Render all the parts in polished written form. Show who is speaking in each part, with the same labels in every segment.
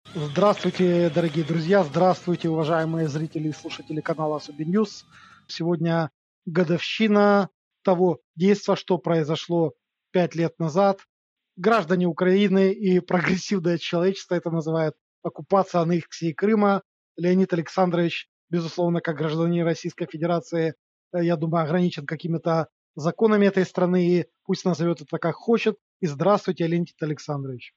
Speaker 1: Здравствуйте, дорогие друзья, здравствуйте, уважаемые зрители и слушатели канала Особи Ньюс. Сегодня годовщина того действа, что произошло 5 лет назад. Граждане Украины и прогрессивное человечество это называют оккупация аннексии Крыма. Леонид Александрович, безусловно, как гражданин Российской Федерации, я думаю, ограничен какими-то законами этой страны, и пусть назовет это как хочет. И здравствуйте, Леонид Александрович.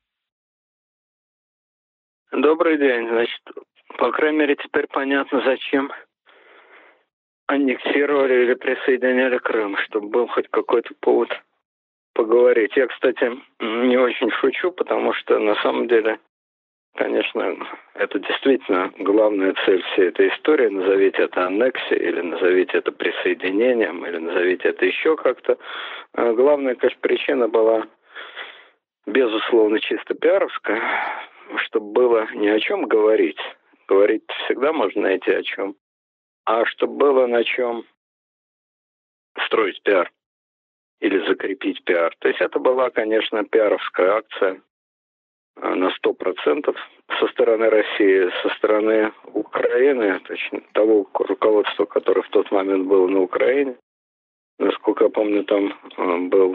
Speaker 2: Добрый день. Значит, по крайней мере, теперь понятно, зачем аннексировали или присоединяли Крым, чтобы был хоть какой-то повод поговорить. Я, кстати, не очень шучу, потому что на самом деле, конечно, это действительно главная цель всей этой истории. Назовите это аннексией, или назовите это присоединением, или назовите это еще как-то. Главная, конечно, причина была, безусловно, чисто пиаровская, чтобы было не о чем говорить. Говорить всегда можно найти о чем. А чтобы было на чем строить пиар или закрепить пиар. То есть это была, конечно, пиаровская акция на 100% со стороны России, со стороны Украины, точнее, того руководства, которое в тот момент было на Украине. Насколько я помню, там был...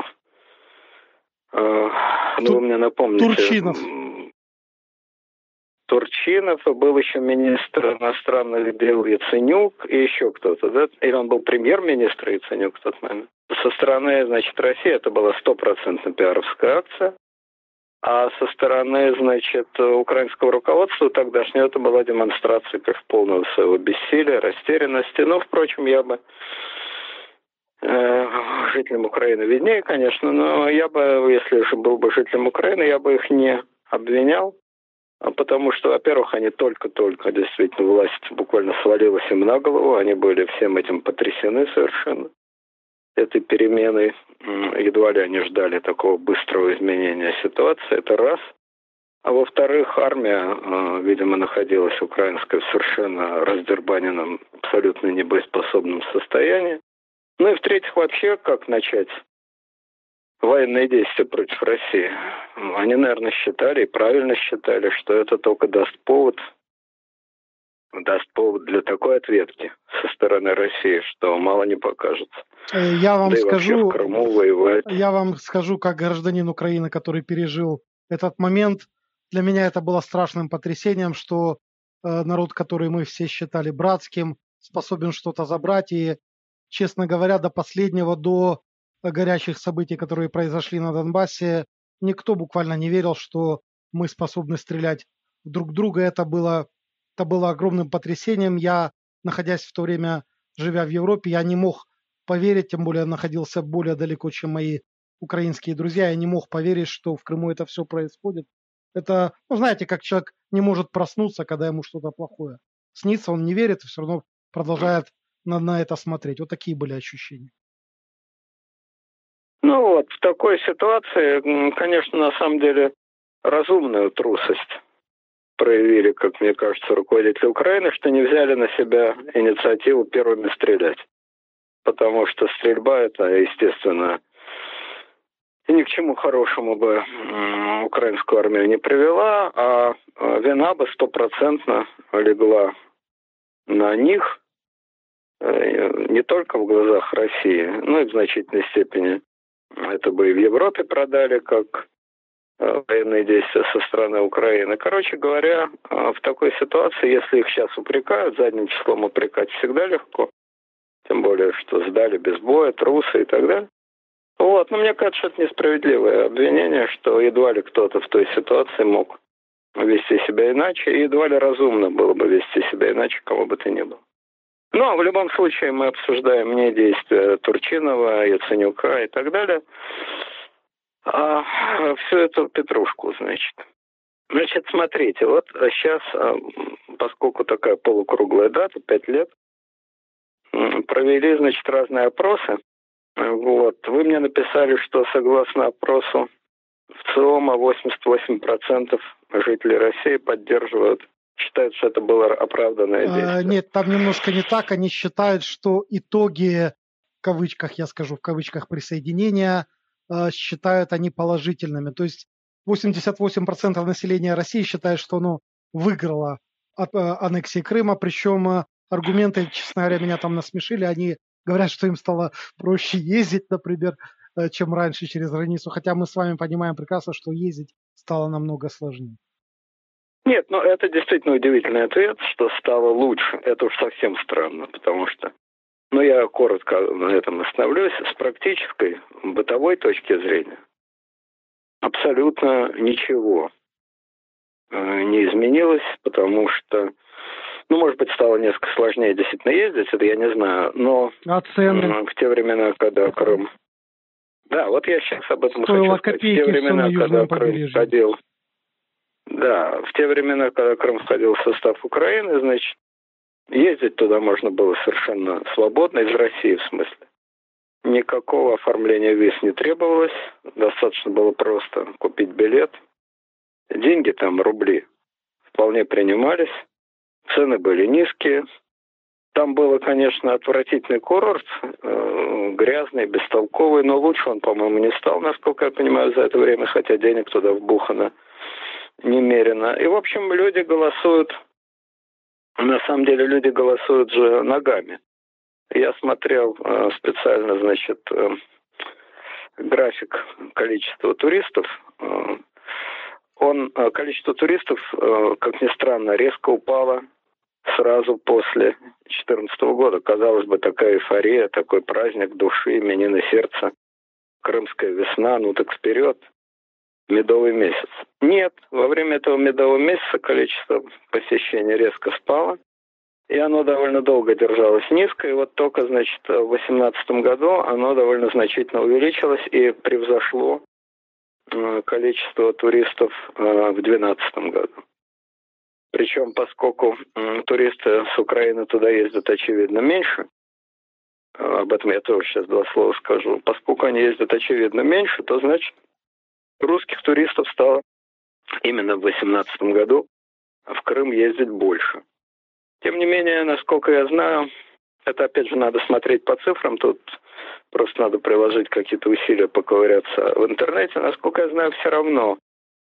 Speaker 2: вы мне напомните... Турчинов, был еще министр иностранных дел Яценюк и еще кто-то, да? Или он был премьер-министр Яценюк в тот момент. Со стороны, значит, России это была 100% пиаровская акция, а со стороны, значит, украинского руководства тогдашнего это была демонстрация как полного своего бессилия, растерянности. Ну, впрочем, я бы жителям Украины виднее, конечно, но я бы, если же был бы жителем Украины, я бы их не обвинял. Потому что, во-первых, они только-только, действительно, власть буквально свалилась им на голову, они были всем этим потрясены совершенно, этой переменой. Едва ли они ждали такого быстрого изменения ситуации, это раз. А во-вторых, армия, видимо, находилась украинская в совершенно раздербаненном, абсолютно небоеспособном состоянии. Ну и в-третьих, вообще, как начать военные действия против России? Они, наверное, считали, и правильно считали, что это только даст повод для такой ответки со стороны России, что мало не покажется.
Speaker 1: Я вам
Speaker 2: да и вообще в Крыму воевать.
Speaker 1: Я вам скажу, как гражданин Украины, который пережил этот момент, для меня это было страшным потрясением, что народ, который мы все считали братским, способен что-то забрать. И, честно говоря, до последнего, до горячих событий, которые произошли на Донбассе, никто буквально не верил, что мы способны стрелять друг в друга. Это было огромным потрясением. Я, находясь в то время, живя в Европе, я не мог поверить, тем более находился более далеко, чем мои украинские друзья. Я не мог поверить, что в Крыму это все происходит. Это, знаете, как человек не может проснуться, когда ему что-то плохое снится, он не верит и все равно продолжает на это смотреть. Вот такие были ощущения.
Speaker 2: Ну вот, в такой ситуации, конечно, на самом деле разумную трусость проявили, как мне кажется, руководители Украины, что не взяли на себя инициативу первыми стрелять. Потому что стрельба это, естественно, и ни к чему хорошему бы украинскую армию не привела, а вина бы 100% легла на них, не только в глазах России, но и в значительной степени. Это бы и в Европе продали как военные действия со стороны Украины. Короче говоря, в такой ситуации, если их сейчас упрекают, задним числом упрекать всегда легко, тем более, что сдали без боя, трусы и так далее. Вот, но мне кажется, что это несправедливое обвинение, что едва ли кто-то в той ситуации мог вести себя иначе, и едва ли разумно было бы вести себя иначе, кого бы то ни было. Но в любом случае мы обсуждаем не действия Турчинова, Яценюка и так далее, а всю эту петрушку, значит. Значит, смотрите, вот сейчас, поскольку такая полукруглая дата, 5 лет, провели, значит, разные опросы. Вот. Вы мне написали, что согласно опросу в ЦИОМа 88% жителей России поддерживают, считают, что это было оправданное действие.
Speaker 1: Нет, там немножко не так. Они считают, что итоги, в кавычках, я скажу, в кавычках, присоединения, считают они положительными. То есть 88% населения России считают, что оно выиграла от аннексии Крыма, причем аргументы, честно говоря, меня там насмешили, они говорят, что им стало проще ездить, например, чем раньше через границу, хотя мы с вами понимаем прекрасно, что ездить стало намного сложнее.
Speaker 2: Нет, ну это действительно удивительный ответ, что стало лучше. Это уж совсем странно, потому что, ну я коротко на этом остановлюсь, с практической, бытовой точки зрения абсолютно ничего не изменилось, потому что, ну, может быть, стало несколько сложнее действительно ездить, это я не знаю, но в те времена, когда Крым... Да, вот я сейчас об этом хочу сказать. В те времена, когда Крым входил... Да, в те времена, когда Крым входил в состав Украины, значит, ездить туда можно было совершенно свободно, из России в смысле. Никакого оформления виз не требовалось, достаточно было просто купить билет. Деньги там, рубли, вполне принимались, цены были низкие. Там было, конечно, отвратительный курорт, грязный, бестолковый, но лучше он, по-моему, не стал, насколько я понимаю, за это время, хотя денег туда вбухано немерено. И, в общем, люди голосуют, на самом деле люди голосуют же ногами. Я смотрел специально, значит, график количества туристов. Количество туристов, как ни странно, резко упало сразу после 2014 года. Казалось бы, такая эйфория, такой праздник души, именины сердца, крымская весна, ну так вперед, медовый месяц. Нет, во время этого медового месяца количество посещений резко спало, и оно довольно долго держалось низко, и вот только, значит, в 2018 году оно довольно значительно увеличилось и превзошло количество туристов в 2012 году. Причем, поскольку туристы с Украины туда ездят, очевидно, меньше, об этом я тоже сейчас два слова скажу, поскольку они ездят, очевидно, меньше, то, значит, русских туристов стало именно в 2018 году в Крым ездить больше. Тем не менее, насколько я знаю, это, опять же, надо смотреть по цифрам, тут просто надо приложить какие-то усилия, поковыряться в интернете. Насколько я знаю, все равно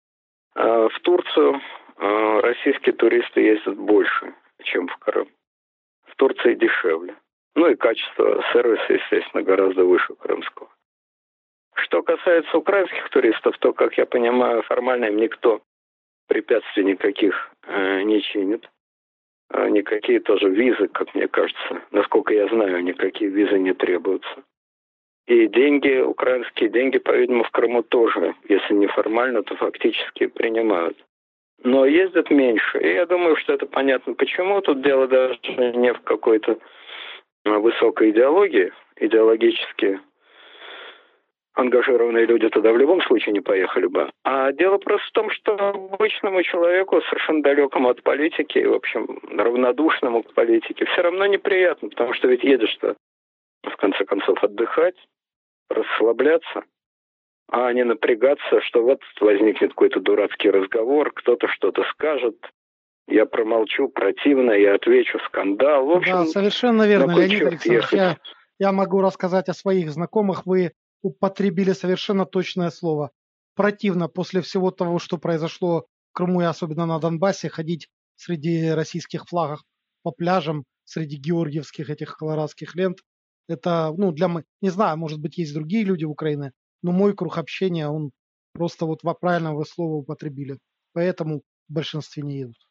Speaker 2: в Турцию российские туристы ездят больше, чем в Крым. В Турции дешевле. Ну и качество сервиса, естественно, гораздо выше крымского. Что касается украинских туристов, то, как я понимаю, формально им никто препятствий никаких не чинит. Никакие тоже визы, как мне кажется, насколько я знаю, никакие визы не требуются. И деньги, украинские деньги, по-видимому, в Крыму тоже, если не формально, то фактически принимают. Но ездят меньше. И я думаю, что это понятно почему. Тут дело даже не в какой-то высокой идеологии. Идеологически ангажированные люди туда в любом случае не поехали бы. А дело просто в том, что обычному человеку, совершенно далекому от политики, в общем, равнодушному к политике, все равно неприятно, потому что ведь едешь-то, в конце концов, отдыхать, расслабляться, а не напрягаться, что вот возникнет какой-то дурацкий разговор, кто-то что-то скажет, я промолчу, противно, я отвечу, скандал. В общем,
Speaker 1: да, совершенно верно, Леонид Александрович. Я могу рассказать о своих знакомых. Вы употребили совершенно точное слово. Противно после всего того, что произошло в Крыму и особенно на Донбассе, ходить среди российских флагов по пляжам, среди георгиевских этих колорадских лент. Это, ну, не знаю, может быть, есть другие люди в Украине, но мой круг общения, он просто вот правильно вы слово употребили. Поэтому в большинстве не едут.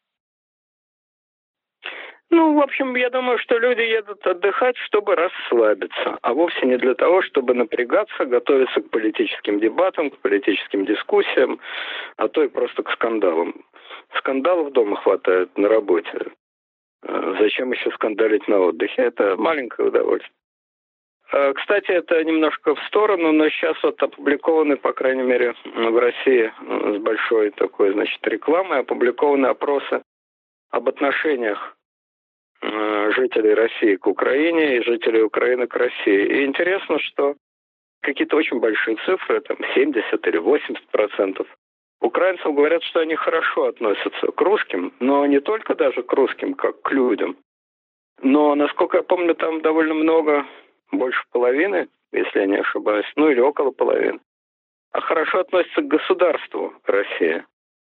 Speaker 2: Ну, в общем, я думаю, что люди едут отдыхать, чтобы расслабиться, а вовсе не для того, чтобы напрягаться, готовиться к политическим дебатам, к политическим дискуссиям, а то и просто к скандалам. Скандалов дома хватает на работе. Зачем еще скандалить на отдыхе? Это маленькое удовольствие. Кстати, это немножко в сторону, но сейчас вот опубликованы, по крайней мере, в России с большой такой, значит, рекламой, опубликованы опросы об отношениях жителей России к Украине и жителей Украины к России. И интересно, что какие-то очень большие цифры, там 70 или 80% украинцев говорят, что они хорошо относятся к русским, но не только даже к русским, как к людям. Но, насколько я помню, там довольно много, больше половины, если я не ошибаюсь, ну или около половины, а хорошо относятся к государству России.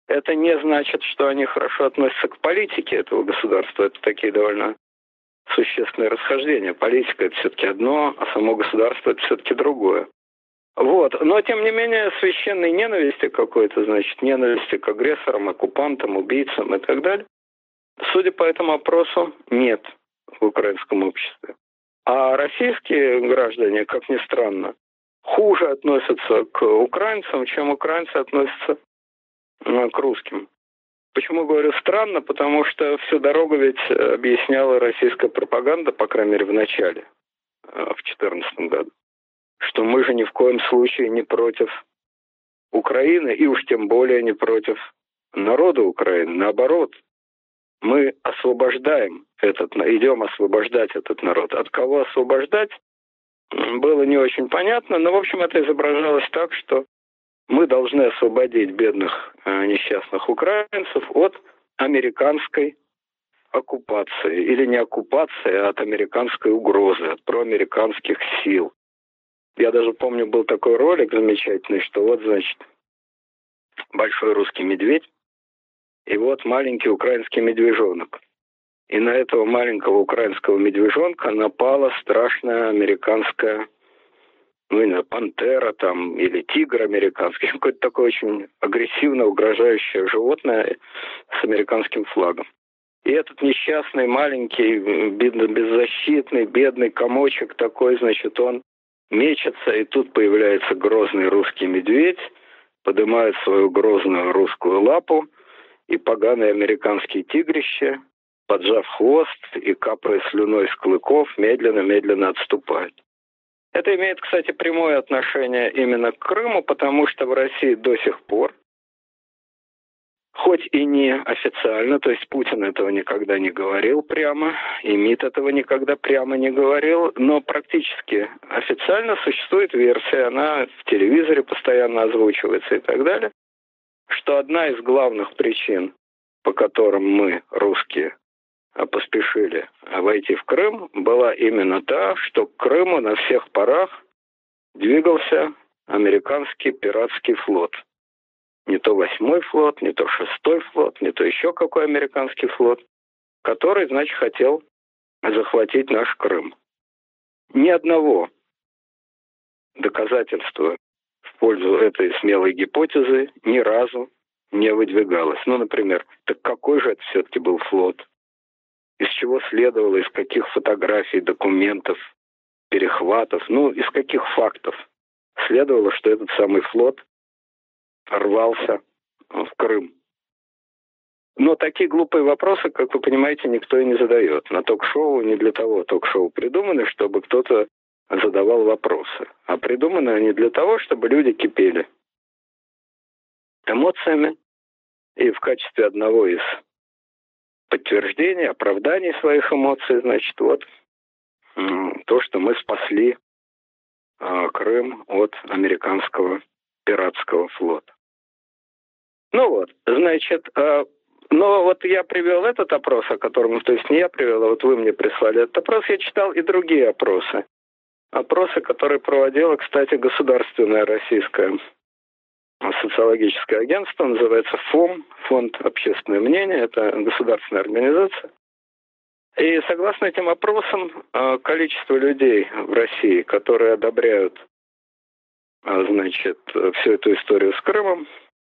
Speaker 2: это не значит, что они хорошо относятся к политике этого государства. Это такие довольно существенные расхождения. Политика – это все-таки одно, а само государство – это все-таки другое. Вот. Но, тем не менее, священной ненависти какой-то, значит, ненависти к агрессорам, оккупантам, убийцам и так далее, судя по этому опросу, нет в украинском обществе. А российские граждане, как ни странно, хуже относятся к украинцам, чем украинцы относятся к русским. Почему говорю странно? Потому что всю дорогу ведь объясняла российская пропаганда, по крайней мере, в начале, в 2014 году, что мы же ни в коем случае не против Украины, и уж тем более не против народа Украины. Наоборот, мы освобождаем идем освобождать этот народ. От кого освобождать, было не очень понятно, но, в общем, это изображалось так, что мы должны освободить бедных несчастных украинцев от американской оккупации. Или не оккупации, а от американской угрозы, от проамериканских сил. Я даже помню, был такой ролик замечательный, что вот, значит, большой русский медведь, и вот маленький украинский медвежонок. И на этого маленького украинского медвежонка напала страшная американская, ну, не знаю, пантера там, или тигр американский, какое-то такое очень агрессивно угрожающее животное с американским флагом. И этот несчастный, маленький, беззащитный, бедный комочек такой, значит, он мечется, и тут появляется грозный русский медведь, поднимает свою грозную русскую лапу, и поганое американские тигрище, поджав хвост и капая слюной с клыков, медленно-медленно отступает. Это имеет, кстати, прямое отношение именно к Крыму, потому что в России до сих пор, хоть и не официально, то есть Путин этого никогда не говорил прямо, и МИД этого никогда прямо не говорил, но практически официально существует версия, она в телевизоре постоянно озвучивается и так далее, что одна из главных причин, по которым мы, русские, поспешили войти в Крым, была именно та, что к Крыму на всех парах двигался американский пиратский флот. Не то 8-й флот, не то 6-й флот, не то еще какой американский флот, который, значит, хотел захватить наш Крым. Ни одного доказательства в пользу этой смелой гипотезы ни разу не выдвигалось. Ну, например, так какой же это все-таки был флот? Из чего следовало, из каких фотографий, документов, перехватов, ну, из каких фактов следовало, что этот самый флот рвался в Крым. Но такие глупые вопросы, как вы понимаете, никто и не задает. На ток-шоу не для того ток-шоу придуманы, чтобы кто-то задавал вопросы. А придуманы они для того, чтобы люди кипели эмоциями. И в качестве одного из подтверждений, оправданий своих эмоций, значит, вот то, что мы спасли Крым от американского пиратского флота. Ну вот, значит, но вот я привел этот опрос, о котором, то есть не я привел, а вот вы мне прислали этот опрос, я читал и другие опросы. Опросы, которые проводило, кстати, государственное российское социологическое агентство, называется ФОМ, Фонд общественное мнение, это государственная организация. И согласно этим опросам, количество людей в России, которые одобряют, значит, всю эту историю с Крымом,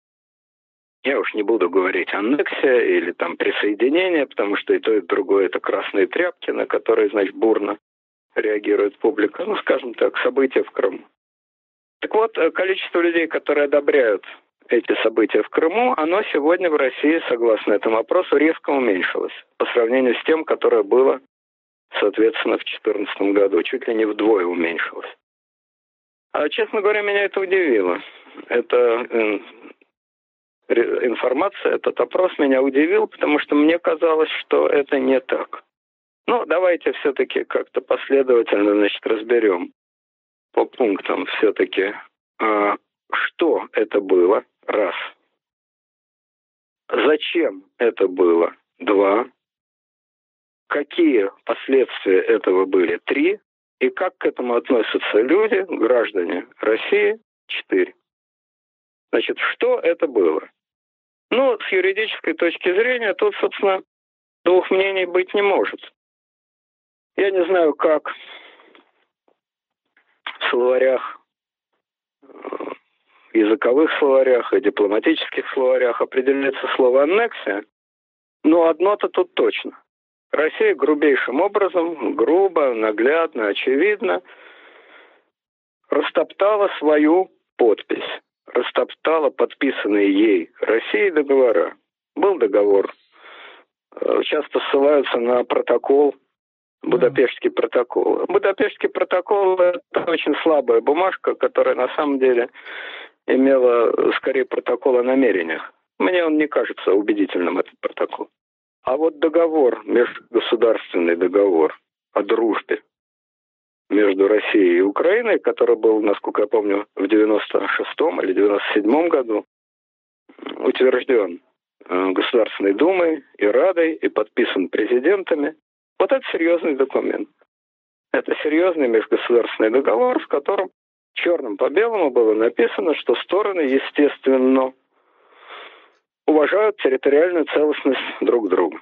Speaker 2: я уж не буду говорить аннексия или там присоединение, потому что и то, и другое это красные тряпки, на которые, значит, бурно реагирует публика. Ну, скажем так, события в Крыму. Так вот, количество людей, которые одобряют эти события в Крыму, оно сегодня в России, согласно этому опросу, резко уменьшилось по сравнению с тем, которое было, соответственно, в 2014 году. Чуть ли не вдвое уменьшилось. А, честно говоря, меня это удивило. Это информация, этот опрос меня удивил, потому что мне казалось, что это не так. Ну, давайте все-таки как-то последовательно, значит, разберем по пунктам все-таки, что это было, раз. Зачем это было, два. Какие последствия этого были, три. И как к этому относятся люди, граждане России, четыре. Значит, что это было? Ну, с юридической точки зрения тут, собственно, двух мнений быть не может. Я не знаю, как в словарях, языковых словарях и дипломатических словарях определяется слово «аннексия», но одно-то тут точно. Россия грубейшим образом, грубо, наглядно, очевидно, растоптала свою подпись, растоптала подписанные ей Россией договора. Был договор. Часто ссылаются на протокол, Будапештский протокол. Будапештский протокол – это очень слабая бумажка, которая на самом деле имела скорее протокол о намерениях. Мне он не кажется убедительным, этот протокол. А вот договор, межгосударственный договор о дружбе между Россией и Украиной, который был, насколько я помню, в 96-м или 97-м году, утвержден Государственной Думой и Радой и подписан президентами. Вот это серьезный документ. Это серьезный межгосударственный договор, в котором черным по белому было написано, что стороны, естественно, уважают территориальную целостность друг друга.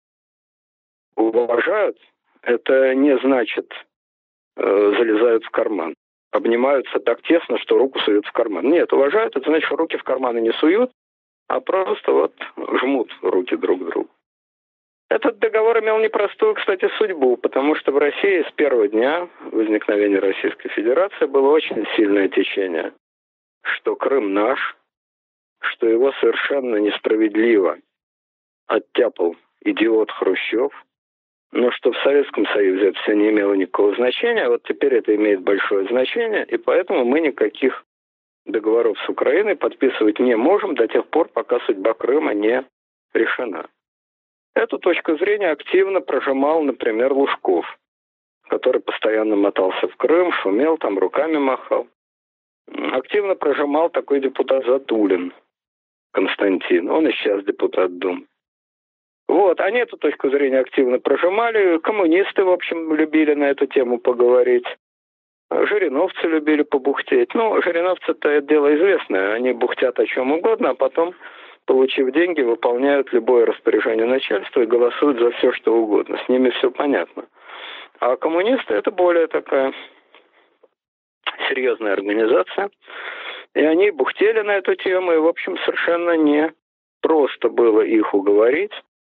Speaker 2: Уважают – это не значит залезают в карман. Обнимаются так тесно, что руку суют в карман. Нет, уважают – это значит, что руки в карманы не суют, а просто вот жмут руки друг к другу. Этот договор имел непростую, кстати, судьбу, потому что в России с первого дня возникновения Российской Федерации было очень сильное течение, что Крым наш, что его совершенно несправедливо оттяпал идиот Хрущев, но что в Советском Союзе это все не имело никакого значения, а вот теперь это имеет большое значение, и поэтому мы никаких договоров с Украиной подписывать не можем до тех пор, пока судьба Крыма не решена. Эту точку зрения активно прожимал, например, Лужков, который постоянно мотался в Крым, шумел, там руками махал. Активно прожимал такой депутат Затулин Константин, он и сейчас депутат Думы. Вот, они эту точку зрения активно прожимали, коммунисты, в общем, любили на эту тему поговорить, жириновцы любили побухтеть. Ну, жириновцы-то это дело известное, они бухтят о чем угодно, а потом, получив деньги, выполняют любое распоряжение начальства и голосуют за все, что угодно. С ними все понятно. А коммунисты – это более такая серьезная организация, и они бухтели на эту тему, и, в общем, совершенно не просто было их уговорить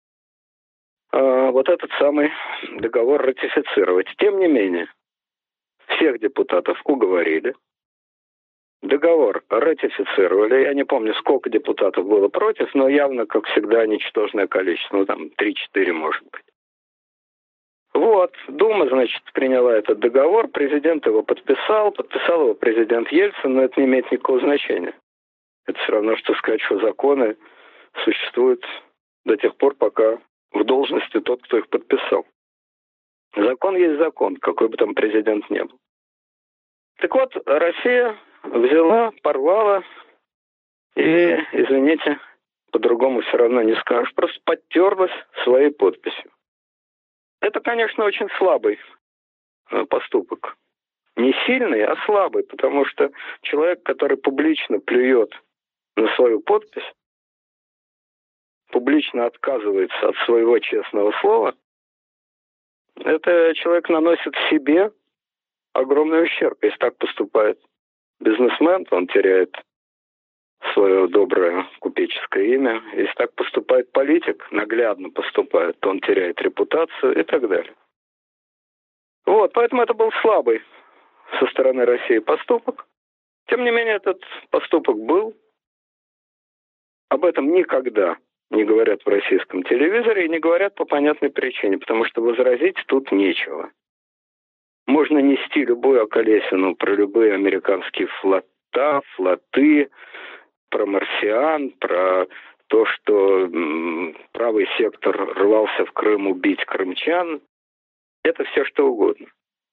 Speaker 2: вот этот самый договор ратифицировать. Тем не менее, всех депутатов уговорили, договор ратифицировали. Я не помню, сколько депутатов было против, но явно, как всегда, ничтожное количество, ну там 3-4, может быть. Вот, Дума, значит, приняла этот договор, президент его подписал его президент Ельцин, но это не имеет никакого значения. Это все равно, что сказать, что законы существуют до тех пор, пока в должности тот, кто их подписал. Закон есть закон, какой бы там президент ни был. Так вот, Россия взяла, порвала и, извините, по-другому все равно не скажешь, просто подтерлась своей подписью. Это, конечно, очень слабый поступок. Не сильный, а слабый, потому что человек, который публично плюет на свою подпись, публично отказывается от своего честного слова, это человек наносит себе огромный ущерб. Если так поступает бизнесмен, то он теряет свое доброе купеческое имя. Если так поступает политик, наглядно поступает, то он теряет репутацию и так далее. Вот, поэтому это был слабый со стороны России поступок. Тем не менее, этот поступок был. Об этом никогда не говорят в российском телевизоре и не говорят по понятной причине, потому что возразить тут нечего. Можно нести любую околесину про любые американские флоты, про марсиан, про то, что правый сектор рвался в Крым убить крымчан. Это все что угодно.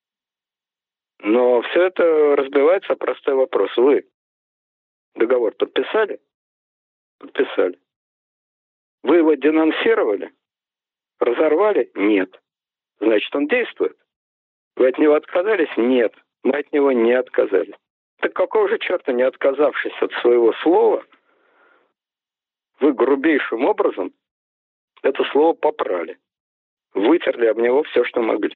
Speaker 2: Но все это разбивается о простой вопрос. Вы договор подписали? Подписали. Вы его денонсировали? Разорвали? Нет. Значит, он действует. Вы от него отказались? Нет. Мы от него не отказались. Так какого же черта, не отказавшись от своего слова, Вы грубейшим образом это слово попрали. Вытерли об него все, что могли.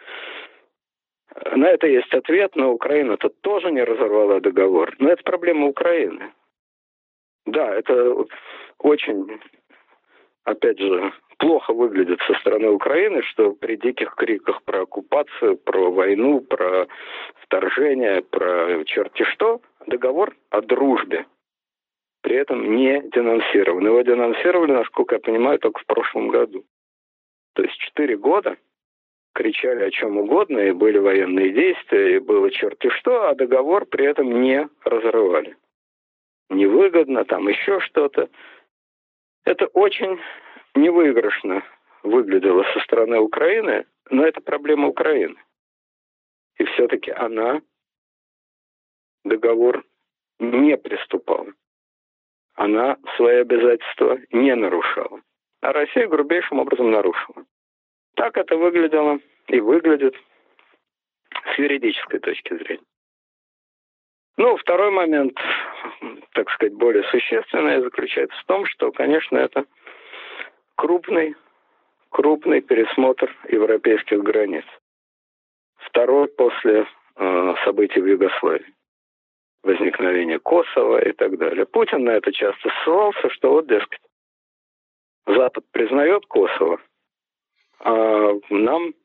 Speaker 2: На это есть ответ, но Украина-то тоже не разорвала договор. Но это проблема Украины. Да, это очень, опять же, плохо выглядит со стороны Украины, что при диких криках про оккупацию, про войну, про вторжение, про черти что, договор о дружбе при этом не денонсирован. Его денонсировали, насколько я понимаю, только в прошлом году. То есть 4 года кричали о чем угодно, и были военные действия, и было черти что, а договор при этом не разрывали. Невыгодно, там еще что-то. Это очень невыигрышно выглядело со стороны Украины, но это проблема Украины. И все-таки она договор не приступала. Она свои обязательства не нарушала. А Россия грубейшим образом нарушила. Так это выглядело и выглядит с юридической точки зрения. Ну, второй момент, так сказать, более существенный, заключается в том, что, конечно, это крупный пересмотр европейских границ. Второй после событий в Югославии. Возникновение Косово и так далее. Путин на это часто ссылался, что вот, дескать, Запад признает Косово, а нам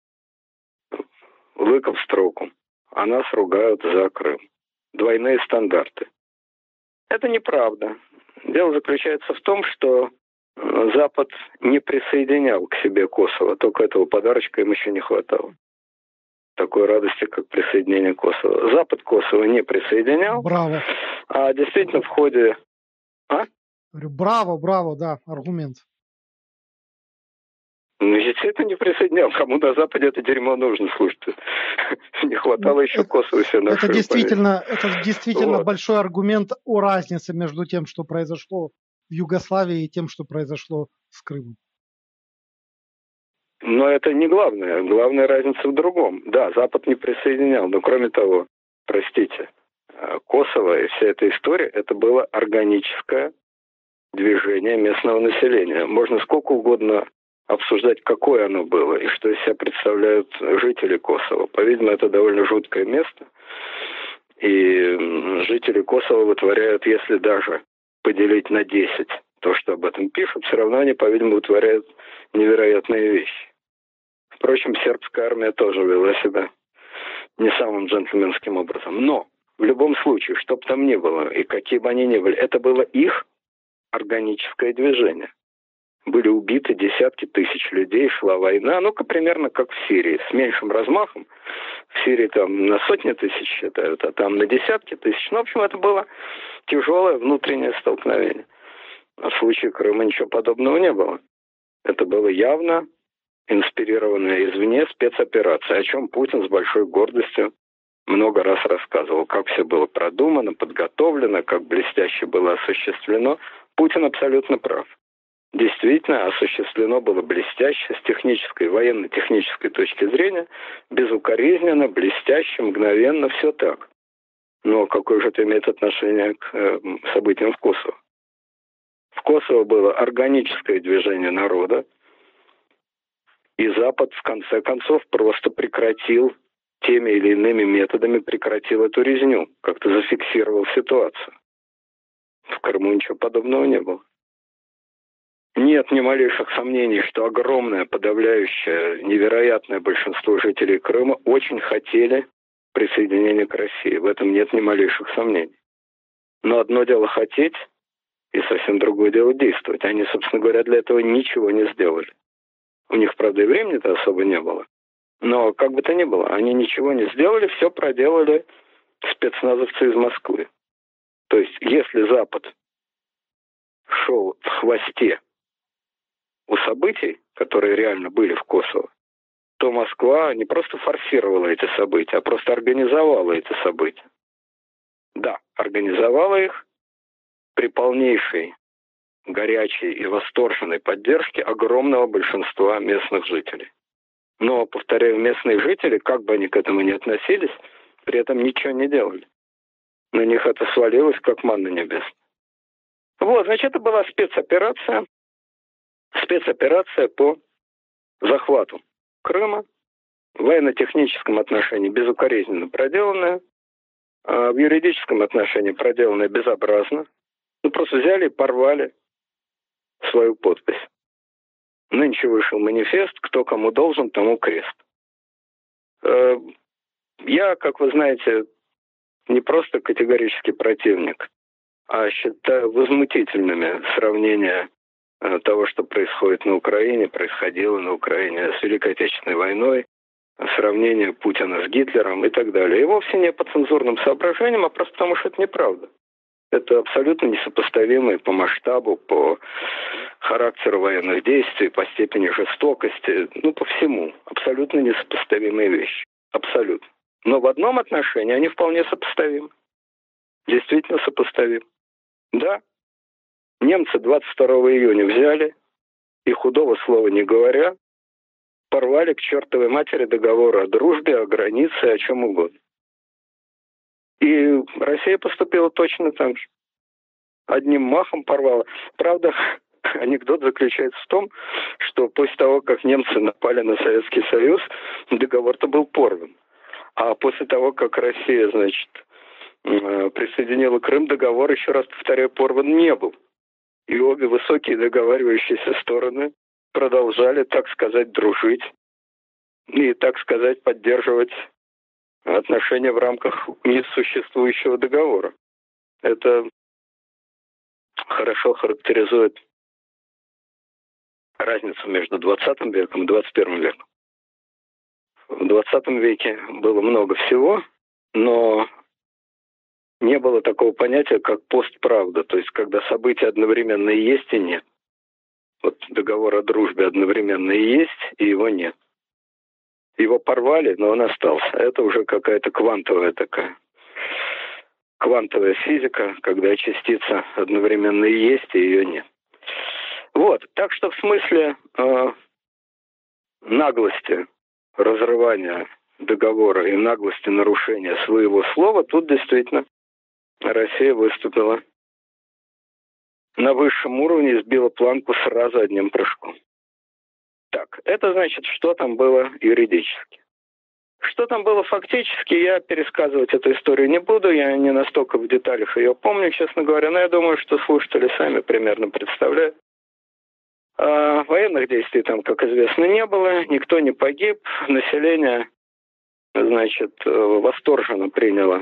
Speaker 2: лыко в строку, а нас ругают за Крым. Двойные стандарты. Это неправда. Дело заключается в том, что Запад не присоединял к себе Косово, только этого подарочка им еще не хватало. Такой радости, как присоединение Косово. Запад Косово не присоединял.
Speaker 1: Браво.
Speaker 2: А действительно в ходе...
Speaker 1: Говорю, браво, да, аргумент.
Speaker 2: Ну, естественно, не присоединял. Кому на Западе это дерьмо нужно, слушайте. Не хватало еще Косово себе на шею
Speaker 1: это действительно большой аргумент о разнице между тем, что произошло в Югославии, и тем, что произошло с Крымом.
Speaker 2: Но это не главное. Главная разница в другом. Да, Запад не присоединял, но кроме того, простите, Косово и вся эта история, это было органическое движение местного населения. Можно сколько угодно обсуждать, какое оно было и что из себя представляют жители Косово. По-видимому, это довольно жуткое место. И жители Косово вытворяют, если даже поделить на 10 то, что об этом пишут, все равно они, по-видимому, вытворяют невероятные вещи. Впрочем, сербская армия тоже вела себя не самым джентльменским образом. Но в любом случае, что бы там ни было, и какие бы они ни были, это было их органическое движение. Были убиты десятки тысяч людей, шла война, ну-ка примерно как в Сирии, с меньшим размахом. В Сирии там на сотни тысяч считают, а там на десятки тысяч. Ну, в общем, это было тяжелое внутреннее столкновение. А в случае Крыма ничего подобного не было. Это было явно инспирированная извне спецоперация, о чем Путин с большой гордостью много раз рассказывал, как все было продумано, подготовлено, как блестяще было осуществлено. Путин абсолютно прав. Действительно, осуществлено было блестяще с технической, военно-технической точки зрения, безукоризненно, блестяще, мгновенно, все так. Но какое же это имеет отношение к событиям в Косово? В Косово было органическое движение народа, и Запад, в конце концов, просто прекратил теми или иными методами, прекратил эту резню, как-то зафиксировал ситуацию. В Крыму ничего подобного не было. Нет ни малейших сомнений, что огромное, подавляющее, невероятное большинство жителей Крыма очень хотели присоединения к России. В этом нет ни малейших сомнений. Но одно дело хотеть, и совсем другое дело действовать. Они, собственно говоря, для этого ничего не сделали. У них, правда, и времени-то особо не было. Но как бы то ни было, они ничего не сделали, все проделали спецназовцы из Москвы. То есть, если Запад шел в хвосте у событий, которые реально были в Косово, то Москва не просто форсировала эти события, а просто организовала эти события. Да, организовала их при полнейшей, горячей и восторженной поддержке огромного большинства местных жителей. Но, повторяю, местные жители, как бы они к этому ни относились, при этом ничего не делали. На них это свалилось, как манна небесная. Вот, значит, это была спецоперация по захвату Крыма, в военно-техническом отношении безукоризненно проделанная, а в юридическом отношении проделанная безобразно. Ну, просто взяли и порвали свою подпись. Нынче вышел манифест «Кто кому должен, тому крест». Я, как вы знаете, не просто категорический противник, а считаю возмутительными сравнения того, что происходит на Украине, происходило на Украине с Великой Отечественной войной, сравнение Путина с Гитлером и так далее. И вовсе не по цензурным соображениям, а просто потому, что это неправда. Это абсолютно несопоставимые по масштабу, по характеру военных действий, по степени жестокости, ну, по всему. Абсолютно несопоставимые вещи. Абсолютно. Но в одном отношении они вполне сопоставимы. Действительно сопоставимы. Да, немцы 22 июня взяли и, худого слова не говоря, порвали к чертовой матери договор о дружбе, о границе, о чем угодно. И Россия поступила точно так же. Одним махом порвала. Правда, анекдот заключается в том, что после того, как немцы напали на Советский Союз, договор-то был порван. А после того, как Россия, значит, присоединила Крым, договор, еще раз повторяю, порван не был. И обе высокие договаривающиеся стороны продолжали, так сказать, дружить и, так сказать, поддерживать отношения в рамках несуществующего договора. Это хорошо характеризует разницу между 20 веком и 21 веком. В 20 веке было много всего, но не было такого понятия, как постправда, то есть когда события одновременно и есть, и нет. Вот договор о дружбе одновременно и есть, и его нет. Его порвали, но он остался. Это уже какая-то квантовая физика, когда частица одновременно и есть, и ее нет. Вот, так что в смысле наглости разрывания договора и наглости нарушения своего слова, тут действительно Россия выступила на высшем уровне и сбила планку сразу одним прыжком. Так, это значит, что там было юридически. Что там было фактически, я пересказывать эту историю не буду, я не настолько в деталях ее помню, честно говоря, но я думаю, что слушатели сами примерно представляют. Военных действий там, как известно, не было, никто не погиб, население, значит, восторженно приняло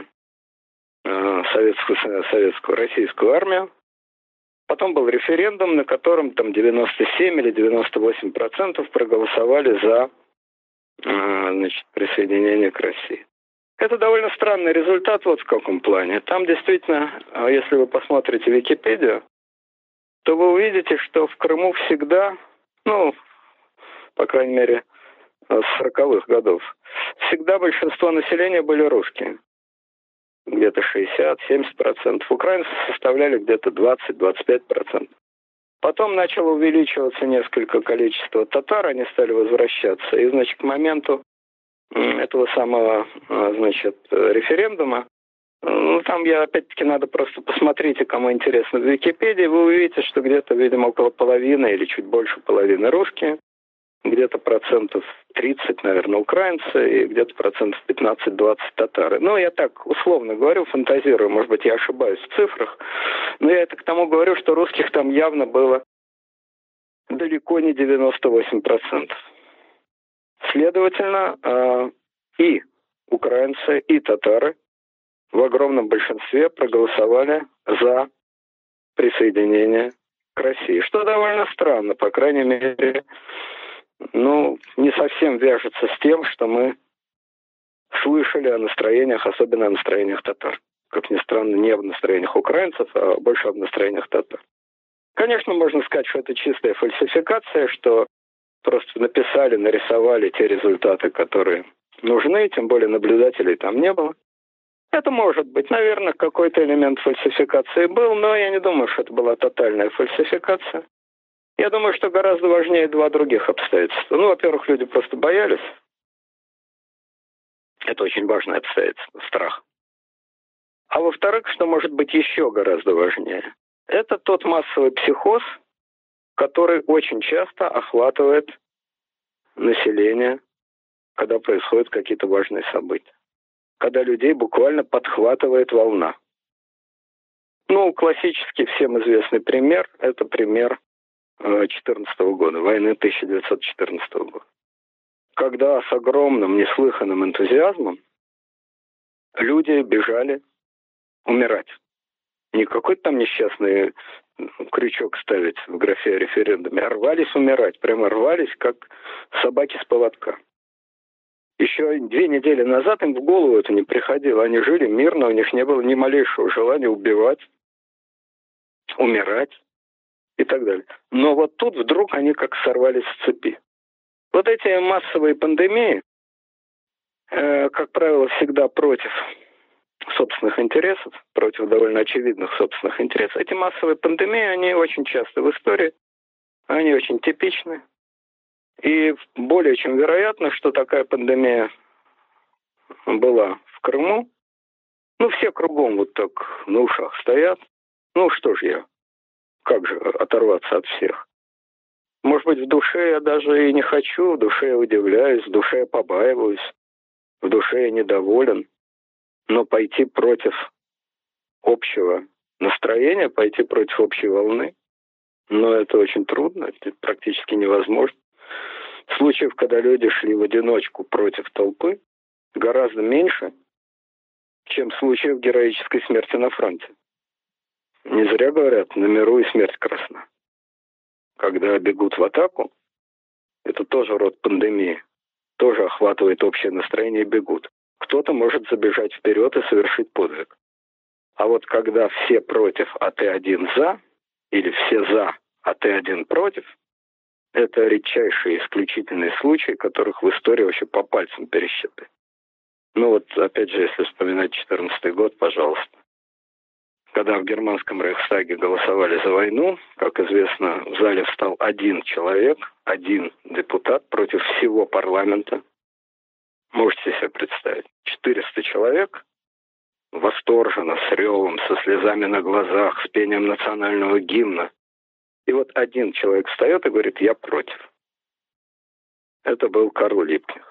Speaker 2: советскую, российскую армию. Потом был референдум, на котором там 97 или 98% проголосовали за, значит, присоединение к России. Это довольно странный результат вот в каком плане. Там действительно, если вы посмотрите Википедию, то вы увидите, что в Крыму всегда, ну, по крайней мере, с 40-х годов, всегда большинство населения были русские. Где-то 60-70%. Украинцы составляли где-то 20-25%. Потом начало увеличиваться несколько количество татар, они стали возвращаться. И, значит, к моменту этого самого, значит, референдума, ну, там я, опять-таки, надо просто посмотрите, кому интересно, в Википедии, вы увидите, что где-то, видимо, около половины или чуть больше половины русские, где-то 30%, наверное, украинцы и где-то 15-20% татары. Ну, я так условно говорю, фантазирую, может быть, я ошибаюсь в цифрах, но я это к тому говорю, что русских там явно было далеко не 98%. Следовательно, и украинцы, и татары в огромном большинстве проголосовали за присоединение к России. Что довольно странно, по крайней мере, ну, не совсем вяжется с тем, что мы слышали о настроениях, особенно о настроениях татар. Как ни странно, не в настроениях украинцев, а больше в настроениях татар. Конечно, можно сказать, что это чистая фальсификация, что просто написали, нарисовали те результаты, которые нужны, тем более наблюдателей там не было. Это может быть, наверное, какой-то элемент фальсификации был, но я не думаю, что это была тотальная фальсификация. Я думаю, что гораздо важнее два других обстоятельства. Ну, во-первых, люди просто боялись. Это очень важное обстоятельство, страх. А во-вторых, что может быть еще гораздо важнее. Это тот массовый психоз, который очень часто охватывает население, когда происходят какие-то важные события. Когда людей буквально подхватывает волна. Ну, классический всем известный пример – это пример 2014 года, войны 1914 года. Когда с огромным, неслыханным энтузиазмом люди бежали умирать. Не какой-то там несчастный крючок ставить в графе о референдуме, а рвались умирать. Прямо рвались, как собаки с поводка. Еще 2 недели назад им в голову это не приходило. Они жили мирно, у них не было ни малейшего желания убивать, умирать и так далее. Но вот тут вдруг они как сорвались с цепи. Вот эти массовые пандемии, как правило, всегда против собственных интересов, против довольно очевидных собственных интересов. Эти массовые пандемии, они очень часто в истории, они очень типичны. И более чем вероятно, что такая пандемия была в Крыму. Ну, все кругом вот так на ушах стоят. Ну, что ж я, как же оторваться от всех? Может быть, в душе я даже и не хочу, в душе я удивляюсь, в душе я побаиваюсь, в душе я недоволен. Но пойти против общего настроения, пойти против общей волны, но это очень трудно, это практически невозможно. Случаев, когда люди шли в одиночку против толпы, гораздо меньше, чем случаев героической смерти на фронте. Не зря говорят, на миру и смерть красна. Когда бегут в атаку, это тоже род пандемии, тоже охватывает общее настроение и бегут. Кто-то может забежать вперед и совершить подвиг. А вот когда все против, а ты один за, или все за, а ты один против, это редчайшие исключительные случаи, которых в истории вообще по пальцам пересчитать. Ну вот, опять же, если вспоминать 2014 год, пожалуйста. Когда в германском Рейхстаге голосовали за войну, как известно, в зале встал один человек, один депутат против всего парламента. Можете себе представить, 400 человек восторженно, с ревом, со слезами на глазах, с пением национального гимна. И вот один человек встает и говорит: я против. Это был Карл Липкнехт.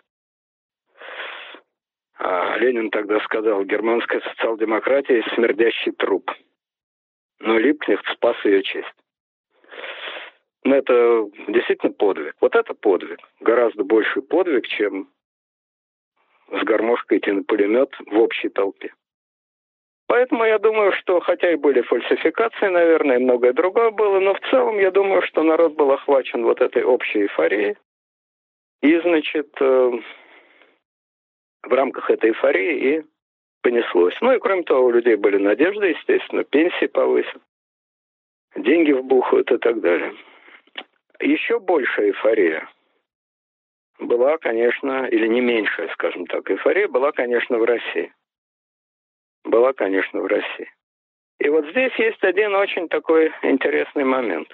Speaker 2: А Ленин тогда сказал: германская социал-демократия – смердящий труп. Но Липкнехт спас ее честь. Но это действительно подвиг. Вот это подвиг. Гораздо больший подвиг, чем с гармошкой идти на пулемет в общей толпе. Поэтому я думаю, что хотя и были фальсификации, наверное, и многое другое было, но в целом я думаю, что народ был охвачен вот этой общей эйфорией. И, значит, в рамках этой эйфории и понеслось. Ну и кроме того, у людей были надежды, естественно, пенсии повысят, деньги вбухают и так далее. Еще большая эйфория была, конечно, или не меньшая, скажем так, эйфория была, конечно, в России. Была, конечно, в России. И вот здесь есть один очень такой интересный момент.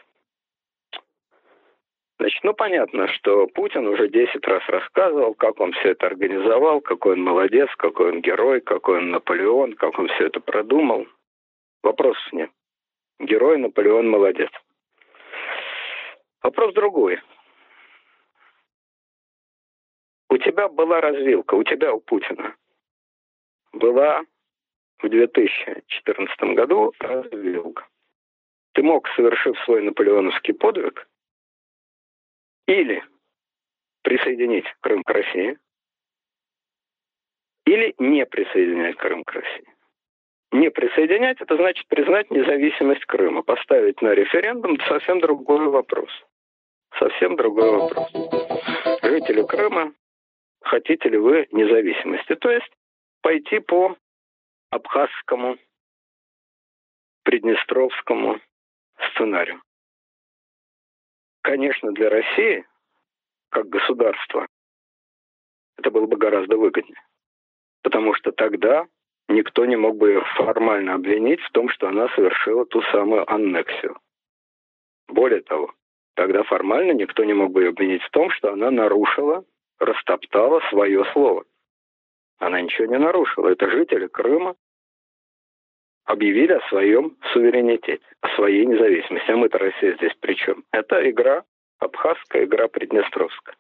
Speaker 2: Значит, ну понятно, что Путин уже 10 раз рассказывал, как он все это организовал, какой он молодец, какой он герой, какой он Наполеон, как он все это продумал. Вопросов нет. Герой, Наполеон, молодец. Вопрос другой. У тебя была развилка, у тебя, у Путина, была в 2014 году развилка. Ты мог, совершив свой наполеоновский подвиг, или присоединить Крым к России, или не присоединять Крым к России. Не присоединять – это значит признать независимость Крыма, поставить на референдум – совсем другой вопрос. Совсем другой вопрос. Жители Крыма, хотите ли вы независимости? То есть пойти по абхазскому, приднестровскому сценарию. Конечно, для России, как государства, это было бы гораздо выгоднее. Потому что тогда никто не мог бы ее формально обвинить в том, что она совершила ту самую аннексию. Более того, тогда формально никто не мог бы ее обвинить в том, что она нарушила, растоптала свое слово. Она ничего не нарушила. Это жители Крыма объявили о своем суверенитете, о своей независимости. А мы-то Россия здесь при чем? Это игра абхазская, игра приднестровская.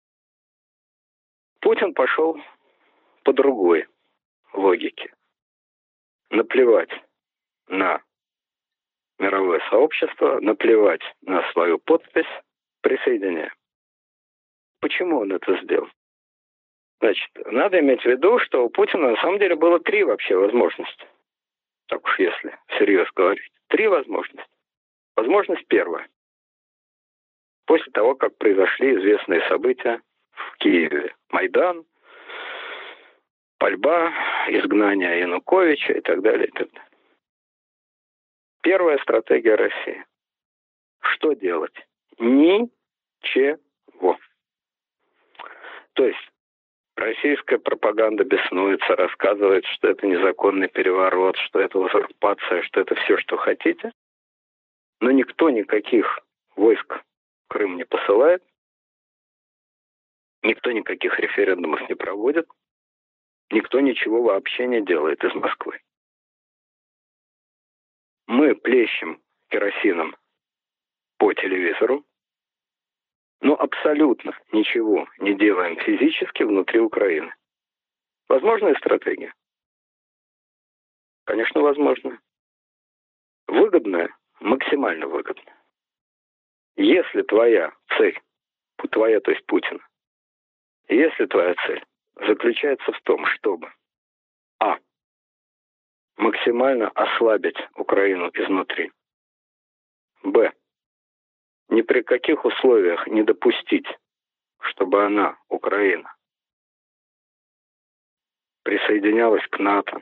Speaker 2: Путин пошел по другой логике. Наплевать на мировое сообщество, наплевать на свою подпись, присоединяем. Почему он это сделал? Значит, надо иметь в виду, что у Путина на самом деле было 3 вообще возможности. Так уж если всерьез говорить. 3 возможности. Возможность первая. После того, как произошли известные события в Киеве. Майдан, пальба, изгнание Януковича и так далее, и так далее. Первая стратегия России. Что делать? Ничего. То есть российская пропаганда беснуется, рассказывает, что это незаконный переворот, что это узурпация, что это все, что хотите. Но никто никаких войск в Крым не посылает. Никто никаких референдумов не проводит. Никто ничего вообще не делает из Москвы. Мы плещем керосином по телевизору, но абсолютно ничего не делаем физически внутри Украины. Возможная стратегия? Конечно, возможно. Выгодная? Максимально выгодная. Если твоя цель, твоя, то есть Путина, если твоя цель заключается в том, чтобы максимально ослабить Украину изнутри, ни при каких условиях не допустить, чтобы она, Украина, присоединялась к НАТО,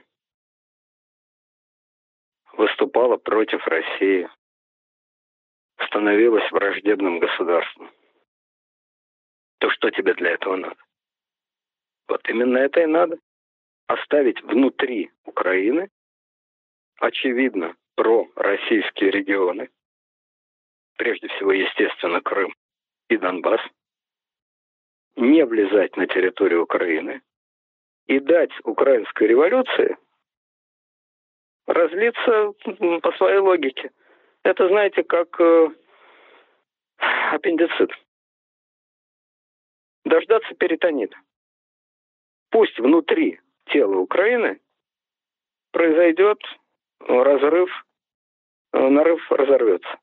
Speaker 2: выступала против России, становилась враждебным государством, то что тебе для этого надо? Вот именно это и надо. Оставить внутри Украины, очевидно, пророссийские регионы, прежде всего, естественно, Крым и Донбасс, не влезать на территорию Украины и дать украинской революции разлиться по своей логике. Это, знаете, как аппендицит. Дождаться перитонита. Пусть внутри тела Украины произойдет разрыв, нарыв разорвется.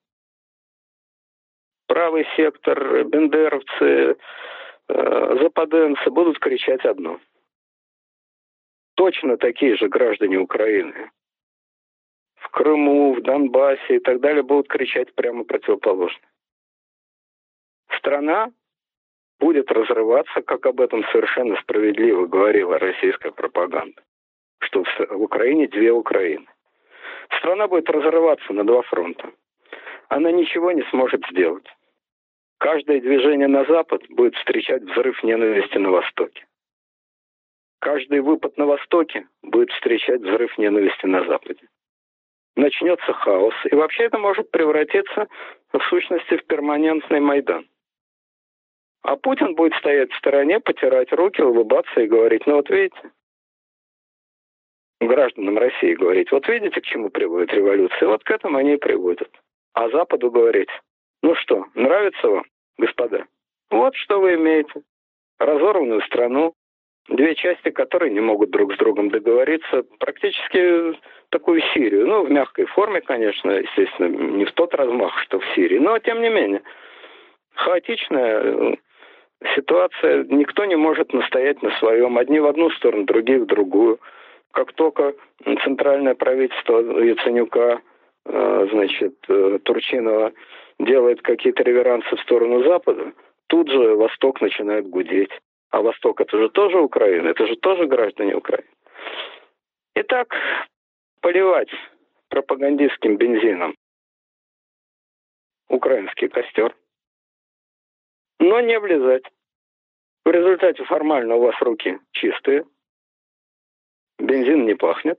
Speaker 2: Правый сектор, бендеровцы, западенцы будут кричать одно. Точно такие же граждане Украины в Крыму, в Донбассе и так далее будут кричать прямо противоположно. Страна будет разрываться, как об этом совершенно справедливо говорила российская пропаганда, что в Украине 2 Украины. Страна будет разрываться на 2 фронта. Она ничего не сможет сделать. Каждое движение на Запад будет встречать взрыв ненависти на Востоке. Каждый выпад на Востоке будет встречать взрыв ненависти на Западе. Начнется хаос. И вообще это может превратиться в сущности в перманентный Майдан. А Путин будет стоять в стороне, потирать руки, улыбаться и говорить, ну вот видите, гражданам России говорить, вот видите, к чему приводит революция, вот к этому они и приводят. А Западу говорить, ну что, нравится вам, господа? Вот что вы имеете. Разорванную страну, 2 части которой не могут друг с другом договориться, практически такую Сирию. Ну, в мягкой форме, конечно, естественно, не в тот размах, что в Сирии, но тем не менее. Хаотичная ситуация, никто не может настоять на своем. Одни в одну сторону, другие в другую. Как только центральное правительство Яценюка, Турчинова делает какие-то реверансы в сторону Запада, тут же Восток начинает гудеть. А Восток это же тоже Украина, это же тоже граждане Украины. Итак, поливать пропагандистским бензином украинский костер, но не влезать. В результате формально у вас руки чистые, бензин не пахнет,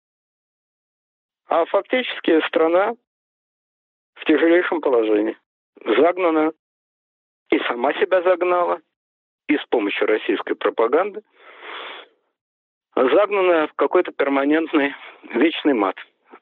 Speaker 2: а фактически страна в тяжелейшем положении. Загнана и сама себя загнала, и с помощью российской пропаганды, загнана в какой-то перманентный вечный мат.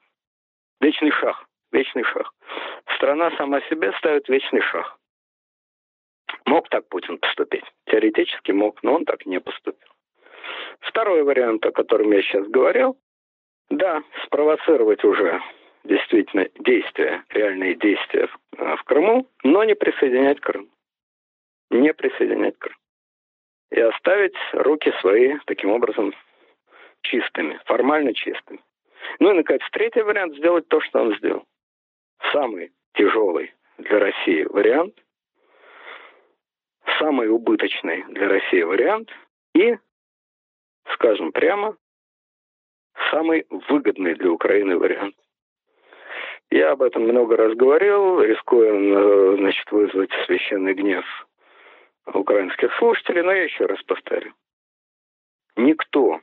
Speaker 2: Вечный шах. Вечный шах. Страна сама себе ставит вечный шах. Мог так Путин поступить? Теоретически мог, но он так не поступил. Второй вариант, о котором я сейчас говорил, да, спровоцировать уже действительно действия, реальные действия в Крыму, но не присоединять Крым. Не присоединять Крым. И оставить руки свои таким образом чистыми, формально чистыми. Ну и, наконец, третий вариант — сделать то, что он сделал. Самый тяжелый для России вариант, самый убыточный для России вариант и, скажем прямо, самый выгодный для Украины вариант. Я об этом много раз говорил, рискуя, значит, вызвать священный гнев украинских слушателей, но я еще раз повторю. Никто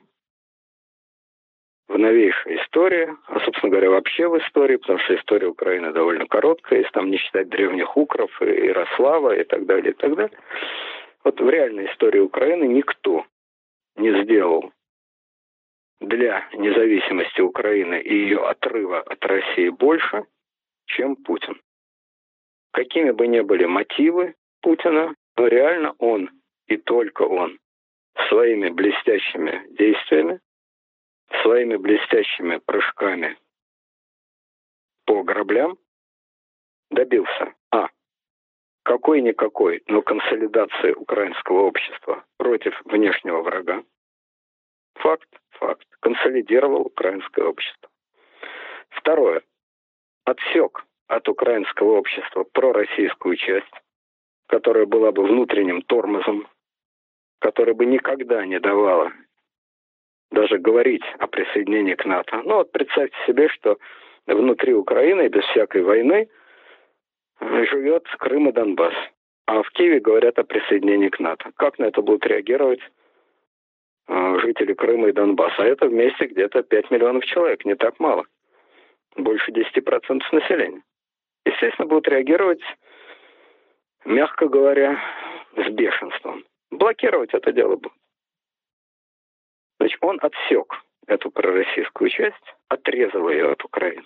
Speaker 2: в новейшей истории, а, собственно говоря, вообще в истории, потому что история Украины довольно короткая, если там не считать древних укров и Ярослава и так далее, и так далее. Вот в реальной истории Украины никто не сделал для независимости Украины и ее отрыва от России больше, чем Путин. Какими бы ни были мотивы Путина, но реально он и только он своими блестящими действиями, своими блестящими прыжками по граблям добился какой-никакой, но консолидации украинского общества против внешнего врага. Факт. Консолидировал украинское общество. Второе. Отсек от украинского общества пророссийскую часть, которая была бы внутренним тормозом, которая бы никогда не давала даже говорить о присоединении к НАТО. Ну вот представьте себе, что внутри Украины без всякой войны живет Крым и Донбасс, а в Киеве говорят о присоединении к НАТО. Как на это будут реагировать жители Крыма и Донбасса? А это вместе где-то 5 миллионов человек, не так мало. Больше 10% населения. Естественно, будут реагировать, мягко говоря, с бешенством. Блокировать это дело будут. Значит, он отсек эту пророссийскую часть, отрезал ее от Украины.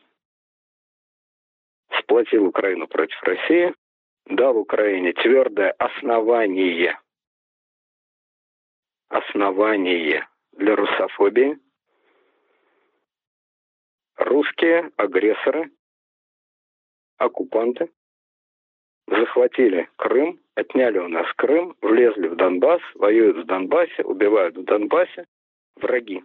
Speaker 2: Сплотил Украину против России, дал Украине твердое основание для русофобии. Русские агрессоры, оккупанты захватили Крым, отняли у нас Крым, влезли в Донбасс, воюют в Донбассе, убивают в Донбассе. Враги.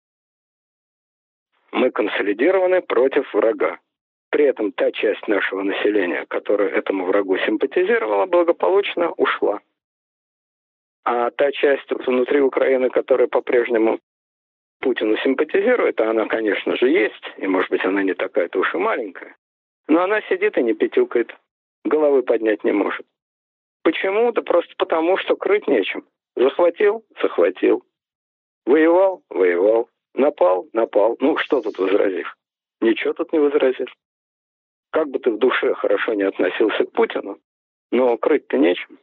Speaker 2: Мы консолидированы против врага. При этом та часть нашего населения, которая этому врагу симпатизировала, благополучно ушла. А та часть внутри Украины, которая по-прежнему Путину симпатизирует, а она, конечно же, есть, и, может быть, она не такая-то уж и маленькая, но она сидит и не пятюкает, головы поднять не может. Почему? Да просто потому, что крыть нечем. Захватил? Захватил. Воевал? Воевал. Напал? Напал. Ну, что тут возразишь? Ничего тут не возразишь. Как бы ты в душе хорошо не относился к Путину, но крыть-то нечем.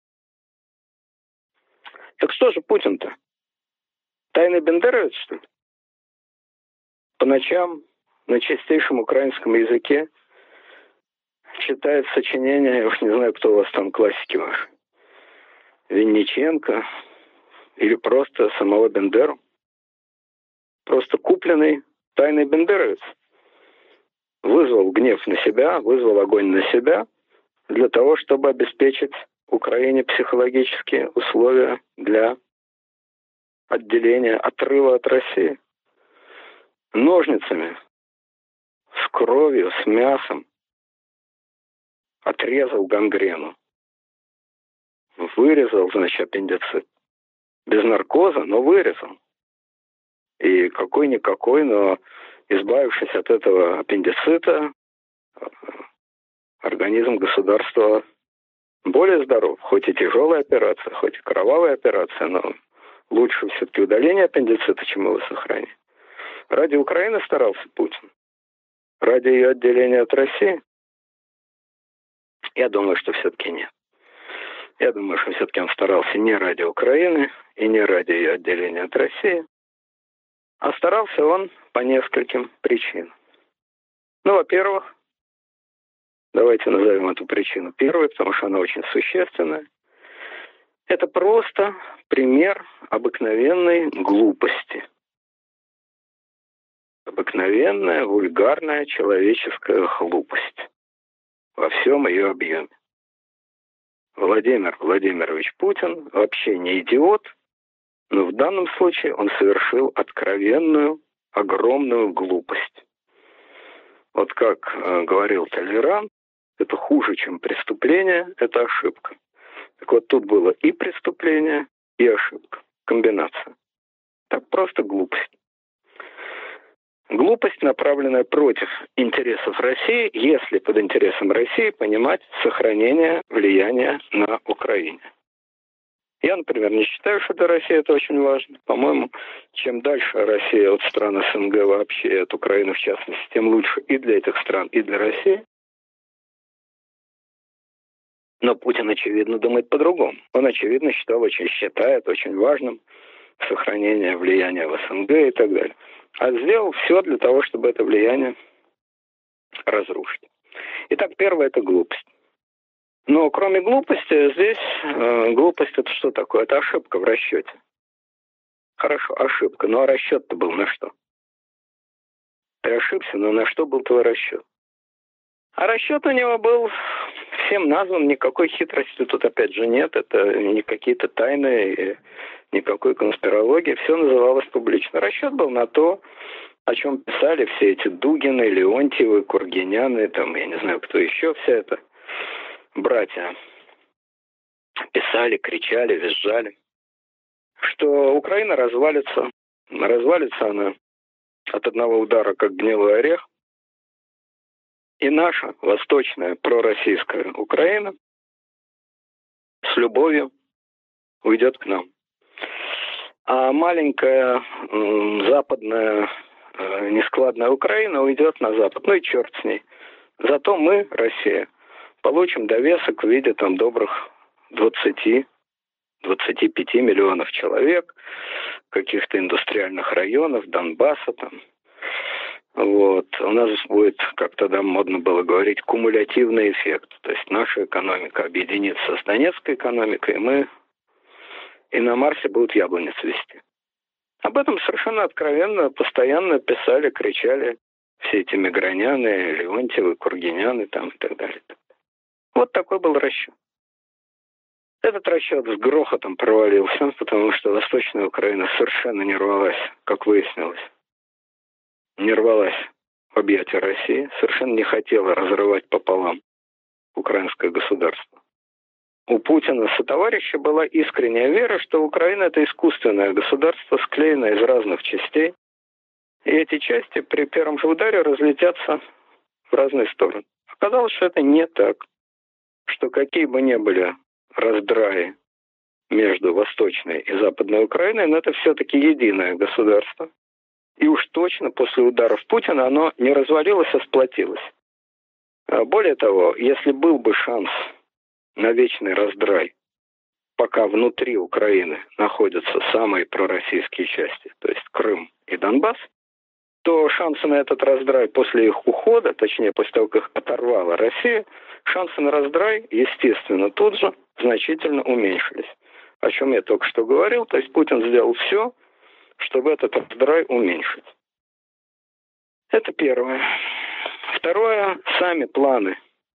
Speaker 2: Так что же Путин-то? Тайный бендеровец, что ли? По ночам на чистейшем украинском языке читает сочинения, я уж не знаю, кто у вас там классики ваши, Винниченко или просто самого Бендеру. Просто купленный тайный бендеровец. Вызвал гнев на себя, вызвал огонь на себя для того, чтобы обеспечить Украине психологические условия для отделения, отрыва от России. Ножницами, с кровью, с мясом отрезал гангрену. Вырезал, значит, аппендицит. Без наркоза, но вырезал. И какой-никакой, но избавившись от этого аппендицита, организм государства более здоров. Хоть и тяжелая операция, хоть и кровавая операция, но лучше все-таки удаление аппендицита, чем его сохранение. Ради Украины старался Путин. Ради ее отделения от России? Я думаю, что все-таки нет. Я думаю, что все-таки он старался не ради Украины и не ради ее отделения от России, а старался он по нескольким причинам. Ну, во-первых, давайте назовем эту причину первой, потому что она очень существенная. Это просто пример обыкновенной глупости. Обыкновенная, вульгарная человеческая глупость во всем ее объеме. Владимир Владимирович Путин вообще не идиот, но в данном случае он совершил откровенную, огромную глупость. Вот как говорил Толеран, это хуже, чем преступление, это ошибка. Так вот, тут было и преступление, и ошибка. Комбинация. Так просто глупость. Глупость, направленная против интересов России, если под интересом России понимать сохранение влияния на Украине. Я, например, не считаю, что для России это очень важно. По-моему, чем дальше Россия от стран СНГ вообще, и от Украины в частности, тем лучше и для этих стран, и для России. Но Путин, очевидно, думает по-другому. Он, очевидно, считает очень важным сохранение влияния в СНГ и так далее. А сделал все для того, чтобы это влияние разрушить. Итак, первое – это глупость. Но кроме глупости, здесь глупость – это что такое? Это ошибка в расчете. Хорошо, ошибка. Ну а расчет-то был на что? Ты ошибся, но на что был твой расчет? А расчет у него был всем назван, никакой хитрости тут опять же нет, это не какие-то тайны, никакой конспирологии, все называлось публично. Расчет был на то, о чем писали все эти Дугины, Леонтьевы, Кургиняны, там, я не знаю, кто еще, все это братья писали, кричали, визжали, что Украина развалится. Развалится она от одного удара, как гнилой орех. И наша восточная пророссийская Украина с любовью уйдет к нам. А маленькая западная нескладная Украина уйдет на запад. Ну и черт с ней. Зато мы, Россия, получим довесок в виде там добрых 20-25 миллионов человек, каких-то индустриальных районов, Донбасса там. Вот. У нас будет, как тогда модно было говорить, кумулятивный эффект. То есть наша экономика объединится с Донецкой экономикой, и на Марсе будут яблони цвести. Об этом совершенно откровенно, постоянно писали, кричали все эти Миграняны, Леонтьевы, Кургиняны там, и так далее. Вот такой был расчет. Этот расчет с грохотом провалился, потому что Восточная Украина совершенно не рвалась, как выяснилось. Не рвалась в объятия России, совершенно не хотела разрывать пополам украинское государство. У Путина сотоварища была искренняя вера, что Украина – это искусственное государство, склеенное из разных частей, и эти части при первом же ударе разлетятся в разные стороны. Оказалось, что это не так, что какие бы ни были раздраи между Восточной и Западной Украиной, но это все-таки единое государство. И уж точно после ударов Путина оно не развалилось, а сплотилось. Более того, если был бы шанс на вечный раздрай, пока внутри Украины находятся самые пророссийские части, то есть Крым и Донбасс, то шансы на этот раздрай после их ухода, точнее после того, как их оторвала Россия, шансы на раздрай, естественно, тут же значительно уменьшились. О чем я только что говорил, то есть Путин сделал все, чтобы этот раздрай уменьшить. Это первое. Второе, сами планы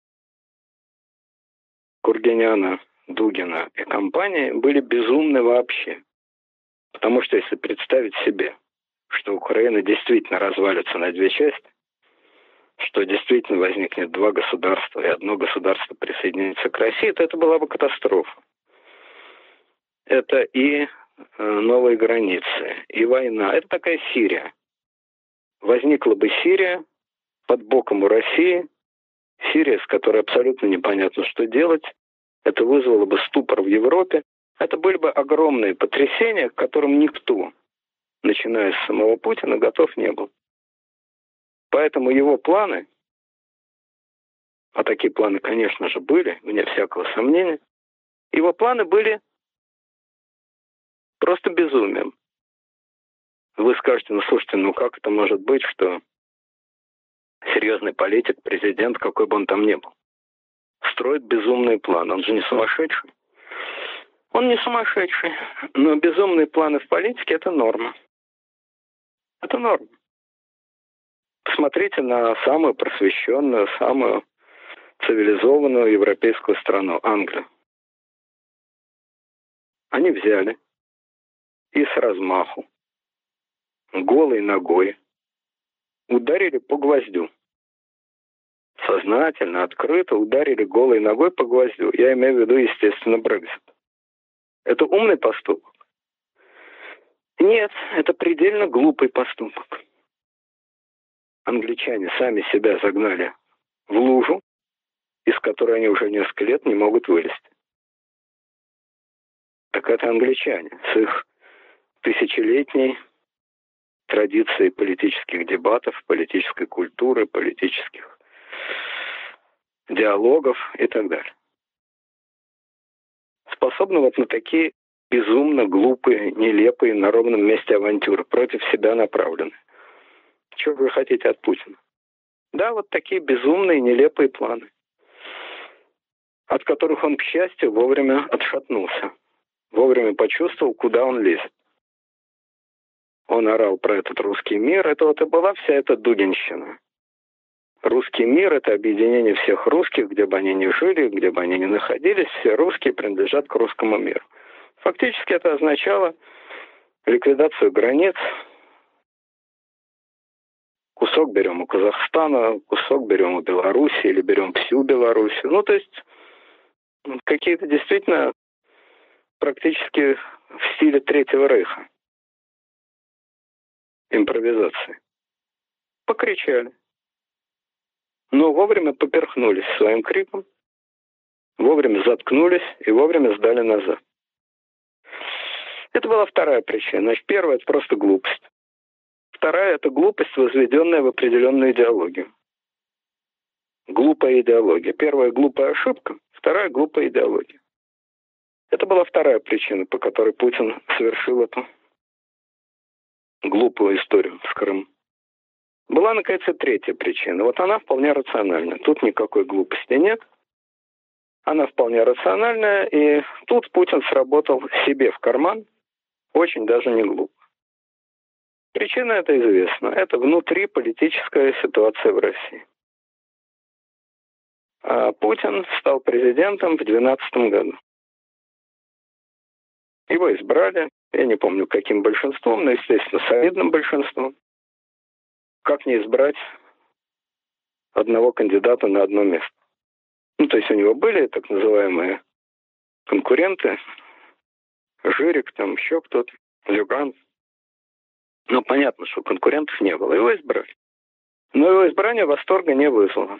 Speaker 2: Кургиняна, Дугина и компании были безумны вообще. Потому что если представить себе, что Украина действительно развалится на две части, что действительно возникнет два государства, и одно государство присоединится к России, то это была бы катастрофа. Это и новые границы, и война. Это такая Сирия. Возникла бы Сирия под боком у России, Сирия, с которой абсолютно непонятно, что делать. Это вызвало бы ступор в Европе. Это были бы огромные потрясения, к которым никто, начиная с самого Путина, готов не был. Поэтому его планы, а такие планы, конечно же, были, вне всякого сомнения, его планы были просто безумием. Вы скажете, ну слушайте, ну как это может быть, что серьезный политик, президент, какой бы он там ни был, строит безумные планы. Он же не сумасшедший. Он не сумасшедший, но безумные планы в политике – это норма. Это норма. Посмотрите на самую просвещенную, самую цивилизованную европейскую страну – Англию. Они взяли и с размаху, голой ногой, ударили по гвоздю. Сознательно, открыто ударили голой ногой по гвоздю. Я имею в виду, естественно, Брексит. Это умный поступок? Нет, это предельно глупый поступок. Англичане сами себя загнали в лужу, из которой они уже несколько лет не могут вылезти. Так это англичане с их тысячелетней традицией политических дебатов, политической культуры, политических диалогов и так далее. Способны вот на такие безумно глупые, нелепые на ровном месте авантюры, против себя направленные. Чего вы хотите от Путина? Да, вот такие безумные, нелепые планы, от которых он, к счастью, вовремя отшатнулся, вовремя почувствовал, куда он лезет. Он орал про этот русский мир, это вот и была вся эта дугинщина. Русский мир – это объединение всех русских, где бы они ни жили, где бы они ни находились, все русские принадлежат к русскому миру. Фактически это означало ликвидацию границ. Кусок берем у Казахстана, кусок берем у Беларуси или берем всю Белоруссию. Ну, то есть какие-то действительно практически в стиле Третьего Рейха импровизации. Покричали. Но вовремя поперхнулись своим криком, вовремя заткнулись и вовремя сдали назад. Это была вторая причина. Значит, первая – это просто глупость. Вторая – это глупость, возведенная в определенную идеологию. Глупая идеология. Первая – глупая ошибка, вторая – глупая идеология. Это была вторая причина, по которой Путин совершил эту глупую историю с Крымом. Была, наконец, и третья причина. Вот она вполне рациональна. Тут никакой глупости нет. Она вполне рациональная, и тут Путин сработал себе в карман очень даже не глупо. Причина эта известна. Это внутриполитическая ситуация в России. А Путин стал президентом в 2012 году. Его избрали, я не помню каким большинством, но, естественно, солидным большинством. Как не избрать одного кандидата на одно место? Ну, то есть у него были так называемые конкуренты, Жирик, там еще кто-то, Зюганов. Ну, понятно, что конкурентов не было. Его избрали. Но его избрание восторга не вызвало.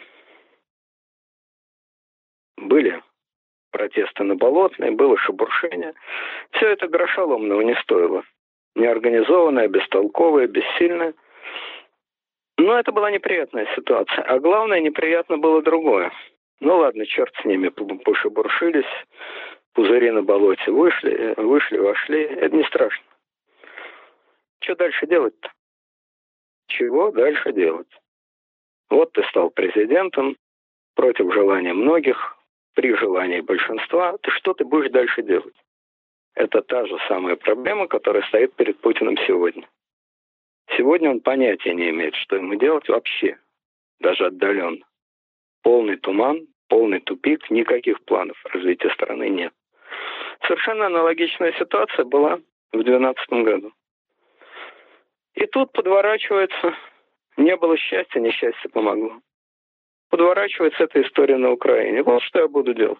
Speaker 2: Были протесты на Болотной, было шебуршение. Все это гроша ломаного не стоило. Неорганизованное, бестолковое, бессильное. Но это была неприятная ситуация. А главное, неприятно было другое. Ну ладно, черт с ними, пошебуршились, пузыри на болоте вышли, вошли. Это не страшно. Что дальше делать-то? Чего дальше делать? Вот ты стал президентом, против желания многих, при желании большинства. Что ты будешь дальше делать? Это та же самая проблема, которая стоит перед Путиным сегодня. Сегодня он понятия не имеет, что ему делать вообще, даже отдаленно. Полный туман, полный тупик, никаких планов развития страны нет. Совершенно аналогичная ситуация была в 2012 году. И тут подворачивается, не было счастья, несчастье помогло. Подворачивается эта история на Украине. Вот что я буду делать.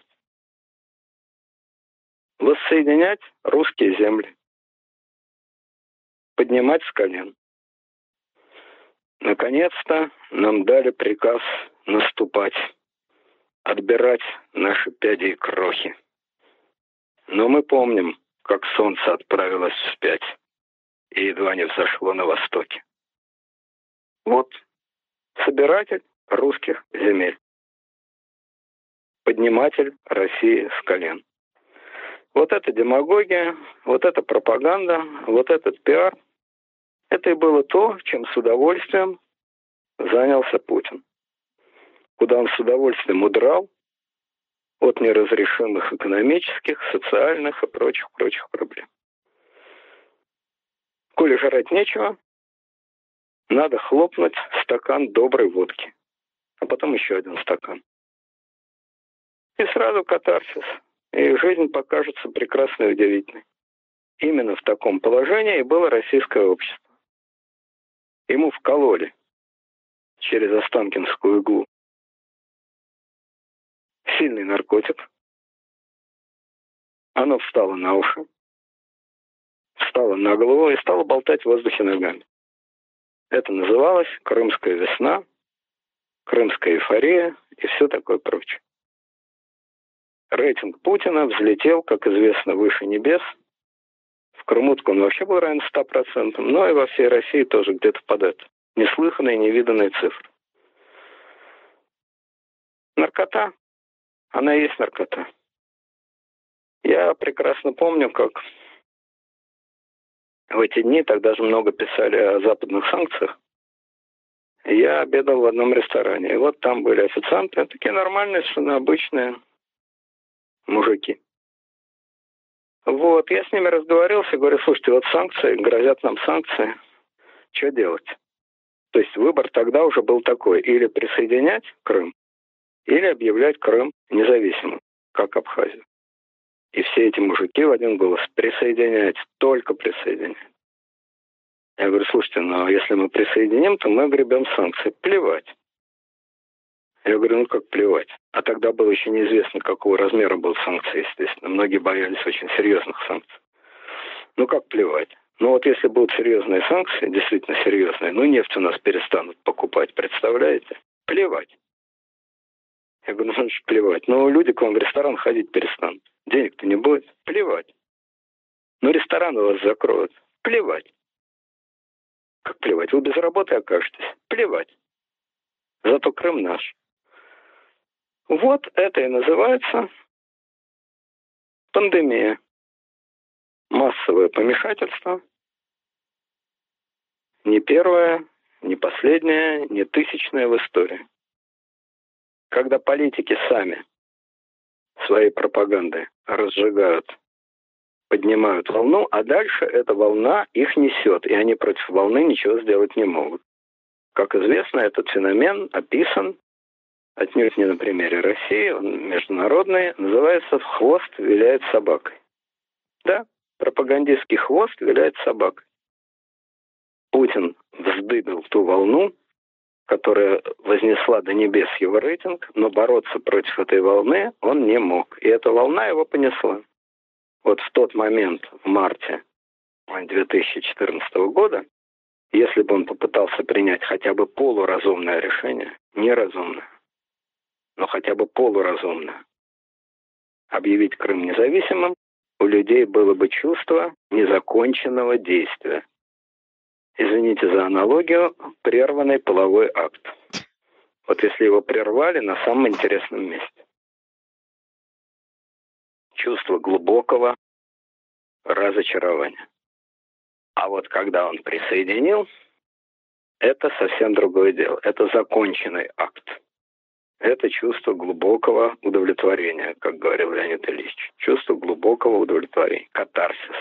Speaker 2: Воссоединять русские земли. Поднимать с колен. Наконец-то нам дали приказ наступать, отбирать наши пяди и крохи. Но мы помним, как солнце отправилось вспять и едва не взошло на востоке. Вот собиратель русских земель. Подниматель России с колен. Вот эта демагогия, вот эта пропаганда, вот этот пиар. Это и было то, чем с удовольствием занялся Путин, куда он с удовольствием удрал от неразрешимых экономических, социальных и прочих проблем. Коли жрать нечего, надо хлопнуть стакан доброй водки, а потом еще один стакан. И сразу катарсис, и жизнь покажется прекрасной и удивительной. Именно в таком положении и было российское общество. Ему вкололи через Останкинскую иглу сильный наркотик. Оно встало на уши, встало на голову и стало болтать в воздухе ногами. Это называлось «Крымская весна», «Крымская эйфория» и все такое прочее. Рейтинг Путина взлетел, как известно, выше небес. В Крыму он вообще был равен 100%, но и во всей России тоже где-то под это. Неслыханные, невиданные цифры. Наркота. Она и есть наркота. Я прекрасно помню, как в эти дни, тогда же много писали о западных санкциях. Я обедал в одном ресторане. И вот там были официанты, такие нормальные, совершенно обычные мужики. Вот, я с ними разговорился, говорю, слушайте, вот санкции, грозят нам санкции, что делать? То есть выбор тогда уже был такой, или присоединять Крым, или объявлять Крым независимым, как Абхазию. И все эти мужики в один голос: присоединять, только присоединять. Я говорю, слушайте, но если мы присоединим, то мы огребем санкции. Плевать. Я говорю, ну как плевать? А тогда было еще неизвестно, какого размера будут санкции, естественно. Многие боялись очень серьезных санкций. Ну как плевать? Ну вот если будут серьезные санкции, действительно серьезные, ну нефть у нас перестанут покупать, представляете? Плевать. Я говорю, ну значит плевать. Ну люди к вам в ресторан ходить перестанут. Денег-то не будет. Плевать. Ну рестораны у вас закроют. Плевать. Как плевать? Вы без работы окажетесь. Плевать. Зато Крым наш. Вот это и называется пандемия. Массовое помешательство. Не первое, не последнее, не тысячное в истории. Когда политики сами своей пропагандой разжигают, поднимают волну, а дальше эта волна их несет, и они против волны ничего сделать не могут. Как известно, этот феномен описан отнюдь не на примере России, он международный, называется «хвост виляет собакой». Да, пропагандистский хвост виляет собакой. Путин вздыбил ту волну, которая вознесла до небес его рейтинг, но бороться против этой волны он не мог. И эта волна его понесла. Вот в тот момент, в марте 2014 года, если бы он попытался принять хотя бы полуразумное решение, неразумное, но хотя бы полуразумное, объявить Крым независимым, у людей было бы чувство незаконченного действия. Извините за аналогию, прерванный половой акт. Вот если его прервали на самом интересном месте. Чувство глубокого разочарования. А вот когда он присоединил, это совсем другое дело. Это законченный акт. Это чувство глубокого удовлетворения, как говорил Леонид Ильич. Чувство глубокого удовлетворения. Катарсис.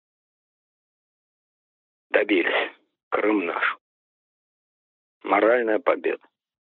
Speaker 2: Добились. Крым наш. Моральная победа.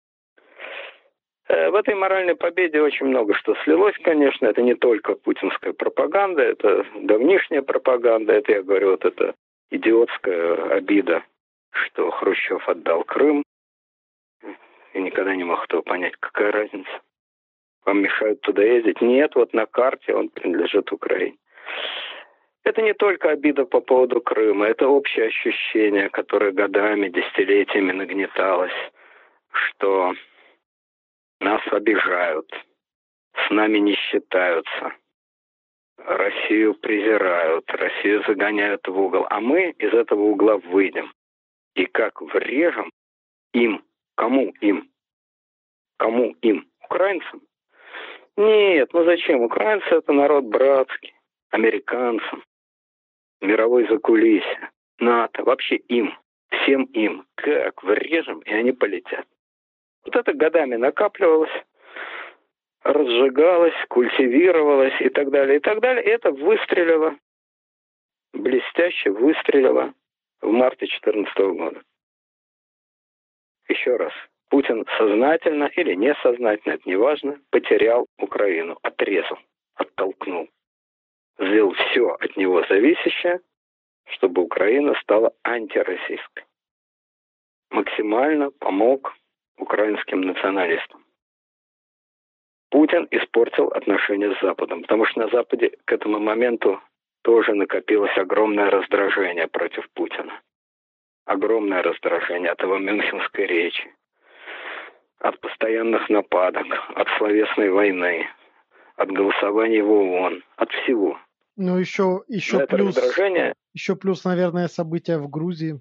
Speaker 2: В этой моральной победе очень много что слилось, конечно. Это не только путинская пропаганда, это давнишняя пропаганда. Это, я говорю, вот это идиотская обида, что Хрущев отдал Крым. И никогда не мог этого понять, какая разница. Вам мешают туда ездить? Нет, вот на карте он принадлежит Украине. Это не только обида по поводу Крыма, это общее ощущение, которое годами, десятилетиями нагнеталось, что нас обижают, с нами не считаются, Россию презирают, Россию загоняют в угол, а мы из этого угла выйдем. И как врежем им. Кому им? Кому им? Украинцам? Нет, ну зачем? Украинцы — это народ братский, американцам, мировой закулисье, НАТО, вообще им, всем им. Как врежем, и они полетят. Вот это годами накапливалось, разжигалось, культивировалось и так далее, и так далее. И это выстрелило, блестяще выстрелило в марте 2014 года. Еще раз. Путин сознательно или несознательно, это не важно, потерял Украину, отрезал, оттолкнул. Сделал все от него зависящее, чтобы Украина стала антироссийской. Максимально помог украинским националистам. Путин испортил отношения с Западом, потому что на Западе к этому моменту тоже накопилось огромное раздражение против Путина. Огромное раздражение от его мюнхенской речи, от постоянных нападок, от словесной войны, от голосований в ООН, от всего.
Speaker 1: Ну, еще плюс, наверное, события в Грузии.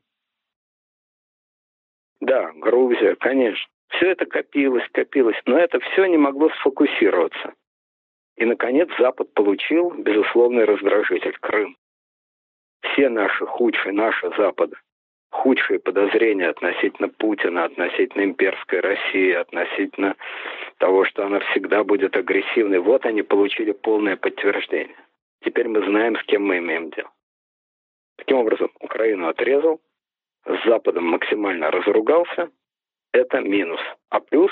Speaker 2: Да, Грузия, конечно. Все это копилось, но это все не могло сфокусироваться. И, наконец, Запад получил безусловный раздражитель — Крым. Все наши Запада, худшие подозрения относительно Путина, относительно имперской России, относительно того, что она всегда будет агрессивной, вот они получили полное подтверждение. Теперь мы знаем, с кем мы имеем дело. Таким образом, Украину отрезал, с Западом максимально разругался. Это минус. А плюс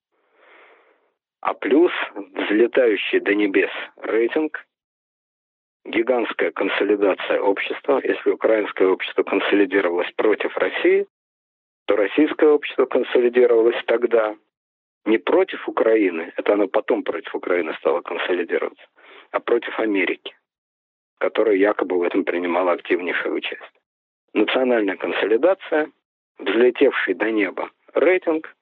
Speaker 2: взлетающий до небес рейтинг, гигантская консолидация общества. Если украинское общество консолидировалось против России, то российское общество консолидировалось тогда не против Украины, это оно потом против Украины стало консолидироваться, а против Америки, которая якобы в этом принимала активнейшее участие. Национальная консолидация, взлетевший до неба рейтинг,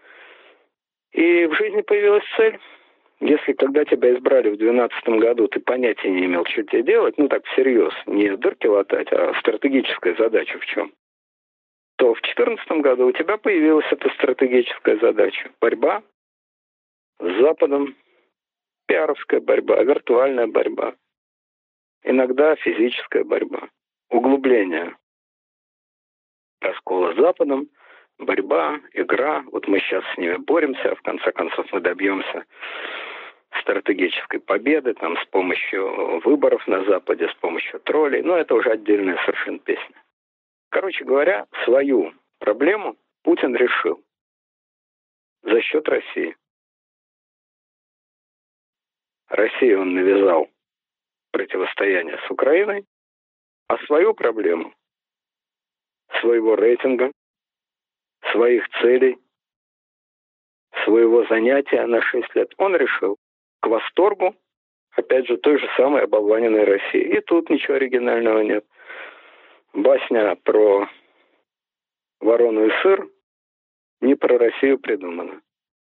Speaker 2: и в жизни появилась цель. Если когда тебя избрали в 2012 году, ты понятия не имел, что тебе делать, ну так всерьез, не дырки латать, а стратегическая задача в чем, то в 2014 году у тебя появилась эта стратегическая задача. Борьба с Западом, пиаровская борьба, виртуальная борьба, иногда физическая борьба, углубление раскола с Западом, борьба, игра. Вот мы сейчас с ними боремся, а в конце концов мы добьемся стратегической победы там, с помощью выборов на Западе, с помощью троллей. Но это уже отдельная совершенно песня. Короче говоря, свою проблему Путин решил за счет России. России он навязал противостояние с Украиной, а свою проблему, своего рейтинга, своих целей, своего занятия на 6 лет он решил к восторгу, опять же, той же самой оболваненной России. И тут ничего оригинального нет. Басня про ворону и сыр не про Россию придумана.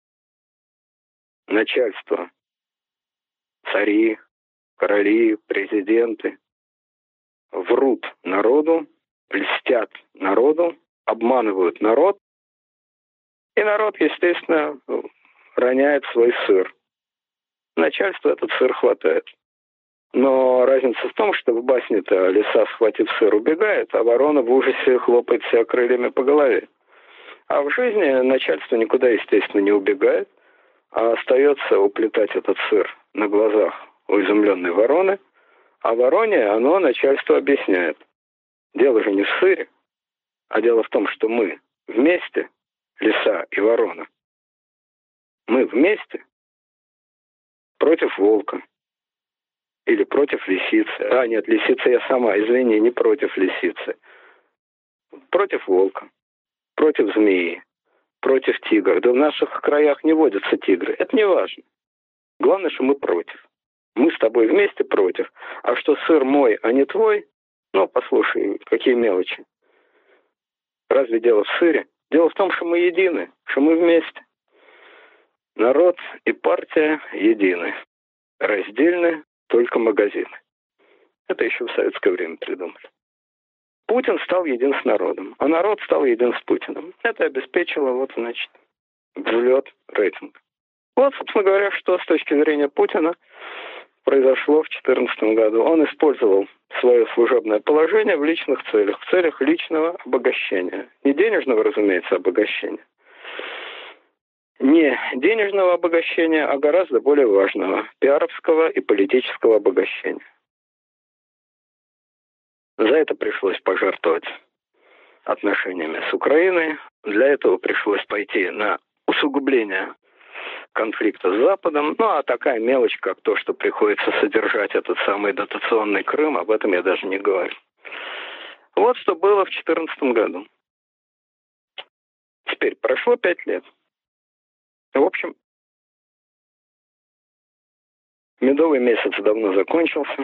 Speaker 2: Начальство, цари, короли, президенты врут народу, льстят народу, обманывают народ, и народ, естественно, роняет свой сыр. Начальство этот сыр хватает. Но разница в том, что в басне-то лиса, схватив сыр, убегает, а ворона в ужасе хлопает себя крыльями по голове. А в жизни начальство никуда, естественно, не убегает, а остается уплетать этот сыр на глазах у изумленной вороны, а вороне оно начальство объясняет. Дело же не в сыре, а дело в том, что мы вместе, лиса и ворона, мы вместе против волка или против лисицы. А, нет, лисица я сама, извини, не против лисицы. Против волка, против змеи, против тигра. Да в наших краях не водятся тигры. Это не важно. Главное, что мы против. Мы с тобой вместе против. А что сыр мой, а не твой? Ну, послушай, какие мелочи. Разве дело в сыре? Дело в том, что мы едины, что мы вместе. Народ и партия едины. Раздельны только магазины. Это еще в советское время придумали. Путин стал един с народом, а народ стал един с Путиным. Это обеспечило, вот, значит, взлет рейтинга. Вот, собственно говоря, что с точки зрения Путина произошло в 2014 году. Он использовал свое служебное положение в личных целях, в целях личного обогащения. Не денежного, разумеется, обогащения. Не денежного обогащения, а гораздо более важного – пиаровского и политического обогащения. За это пришлось пожертвовать отношениями с Украиной. Для этого пришлось пойти на усугубление конфликта с Западом. Ну, а такая мелочь, как то, что приходится содержать этот самый дотационный Крым, об этом я даже не говорю. Вот что было в 2014 году. Теперь прошло 5 лет. В общем, медовый месяц давно закончился.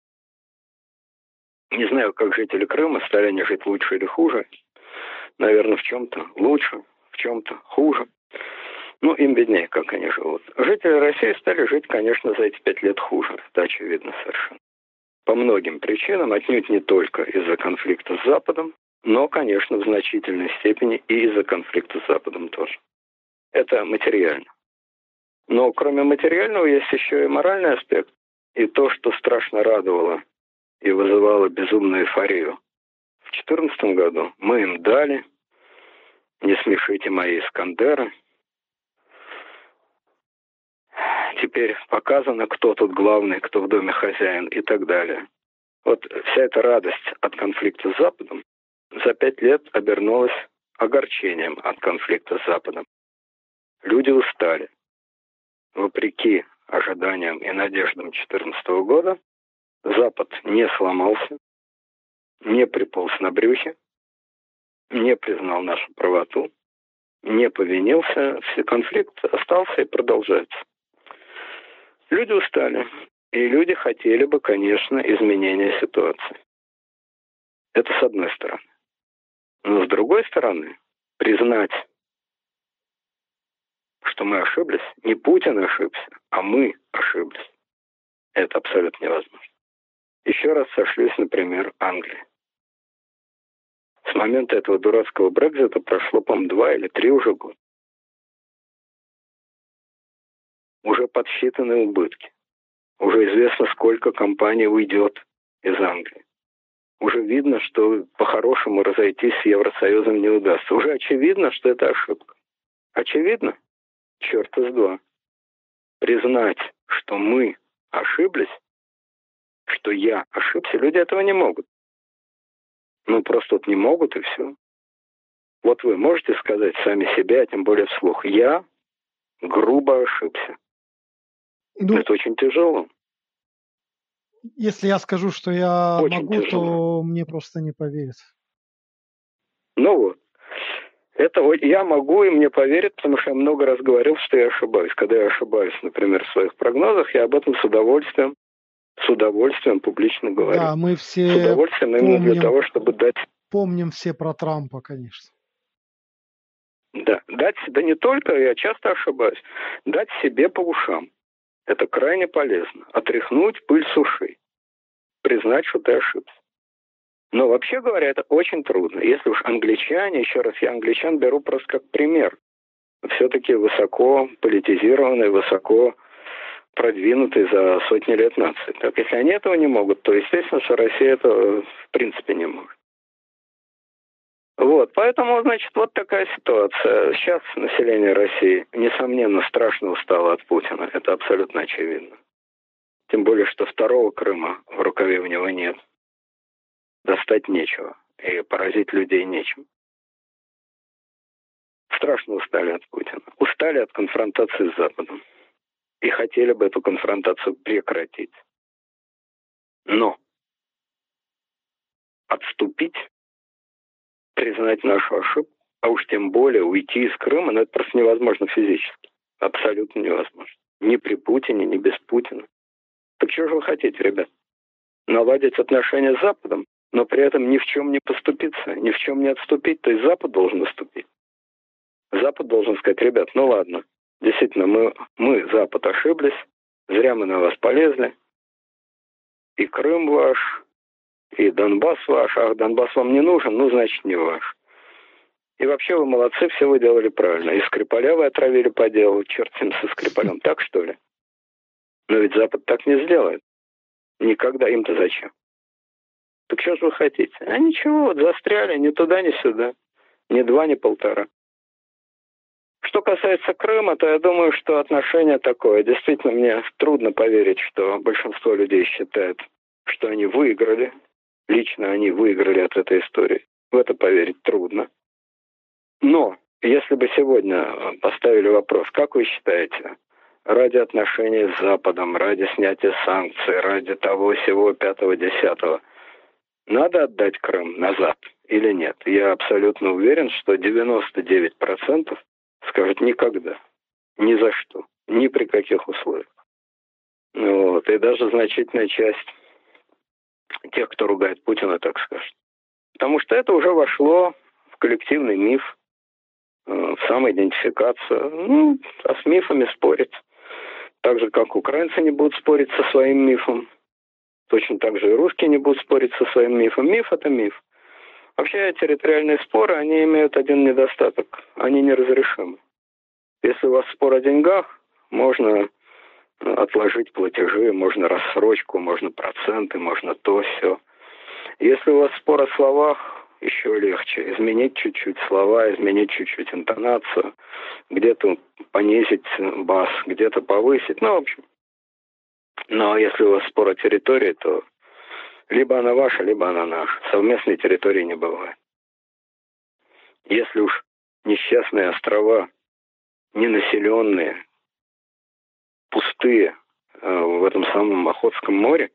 Speaker 2: Не знаю, как жители Крыма, стали они жить лучше или хуже. Наверное, в чем-то лучше, в чем-то хуже. Ну, им виднее, как они живут. Жители России стали жить, конечно, за эти 5 лет хуже. Это очевидно совершенно. По многим причинам, отнюдь не только из-за конфликта с Западом, но, конечно, в значительной степени и из-за конфликта с Западом тоже. Это материально. Но кроме материального есть еще и моральный аспект. И то, что страшно радовало и вызывало безумную эйфорию. В 2014 году мы им дали «Не смешите мои Искандеры». Теперь показано, кто тут главный, кто в доме хозяин и так далее. Вот вся эта радость от конфликта с Западом за 5 лет обернулась огорчением от конфликта с Западом. Люди устали. Вопреки ожиданиям и надеждам 2014 года, Запад не сломался, не приполз на брюхе, не признал нашу правоту, не повинился. Конфликт остался и продолжается. Люди устали, и люди хотели бы, конечно, изменения ситуации. Это с одной стороны. Но с другой стороны, признать, что мы ошиблись, не Путин ошибся, а мы ошиблись. Это абсолютно невозможно. Еще раз сошлюсь, например, Англии. С момента этого дурацкого Брексита прошло, по-моему, 2 или 3 уже года. Уже подсчитаны убытки. Уже известно, сколько компаний уйдет из Англии. Уже видно, что по-хорошему разойтись с Евросоюзом не удастся. Уже очевидно, что это ошибка. Очевидно? Черта с два. Признать, что мы ошиблись, что я ошибся, люди этого не могут. Ну, просто вот не могут, и все. Вот вы можете сказать сами себе, а тем более вслух: я грубо ошибся. Ну, это очень тяжело.
Speaker 1: Если я скажу, что я
Speaker 2: очень
Speaker 1: могу,
Speaker 2: тяжело.
Speaker 1: то мне просто не поверят.
Speaker 2: Ну вот. Это я могу, и мне поверят, потому что я много раз говорил, что я ошибаюсь. Когда я ошибаюсь, например, в своих прогнозах, я об этом с удовольствием публично говорю.
Speaker 1: Да, мы все
Speaker 2: с удовольствием именно для того, чтобы дать...
Speaker 1: Помним все про Трампа, конечно.
Speaker 2: Да, да не только, я часто ошибаюсь, дать себе по ушам. Это крайне полезно. Отряхнуть пыль с ушей. Признать, что ты ошибся. Но вообще говоря, это очень трудно. Если уж англичане, еще раз, я англичан беру просто как пример. Все-таки высоко политизированные, высоко продвинутые за сотни лет нации. Так, если они этого не могут, то естественно, что Россия это в принципе не может. Вот, поэтому, значит, вот такая ситуация. Сейчас население России, несомненно, страшно устало от Путина. Это абсолютно очевидно. Тем более, что второго Крыма в рукаве у него нет. Достать нечего. И поразить людей нечем. Страшно устали от Путина. Устали от конфронтации с Западом. И хотели бы эту конфронтацию прекратить. Но отступить, признать нашу ошибку, а уж тем более уйти из Крыма, но это просто невозможно физически. Абсолютно невозможно. Ни при Путине, ни без Путина. Так что же вы хотите, ребят? Наладить отношения с Западом, но при этом ни в чем не поступиться, ни в чем не отступить. То есть Запад должен наступить. Запад должен сказать: ребят, ну ладно, действительно, мы, Запад, ошиблись, зря мы на вас полезли. И Крым ваш, и Донбасс ваш. А Донбасс вам не нужен, ну, значит, не ваш. И вообще вы молодцы, все вы делали правильно. И Скрипаля вы отравили по делу, черт с ним со Скрипалем, так что ли? Но ведь Запад так не сделает. Никогда. Им-то зачем? Что же вы хотите? А ничего, вот застряли ни туда, ни сюда. Ни 2, ни 1,5. Что касается Крыма, то я думаю, что отношение такое. Действительно, мне трудно поверить, что большинство людей считает, что они выиграли. Лично они выиграли от этой истории. В это поверить трудно. Но если бы сегодня поставили вопрос, как вы считаете, ради отношений с Западом, ради снятия санкций, ради того, сего, 5-го, 10-го, надо отдать Крым назад или нет? Я абсолютно уверен, что 99% скажут никогда, ни за что, ни при каких условиях. Вот. И даже значительная часть тех, кто ругает Путина, так скажет. Потому что это уже вошло в коллективный миф, в самоидентификацию. А с мифами спорить. Так же, как украинцы не будут спорить со своим мифом, точно так же и русские не будут спорить со своим мифом. Миф – это миф. Вообще территориальные споры, они имеют один недостаток. Они неразрешимы. Если у вас спор о деньгах, можно отложить платежи, можно рассрочку, можно проценты, можно то, все. Если у вас спор о словах, еще легче. Изменить чуть-чуть слова, изменить чуть-чуть интонацию, где-то понизить бас, где-то повысить. В общем. Но если у вас спор о территории, то либо она ваша, либо она наша. Совместной территории не бывает. Если уж несчастные острова, ненаселенные, пустые в этом самом Охотском море,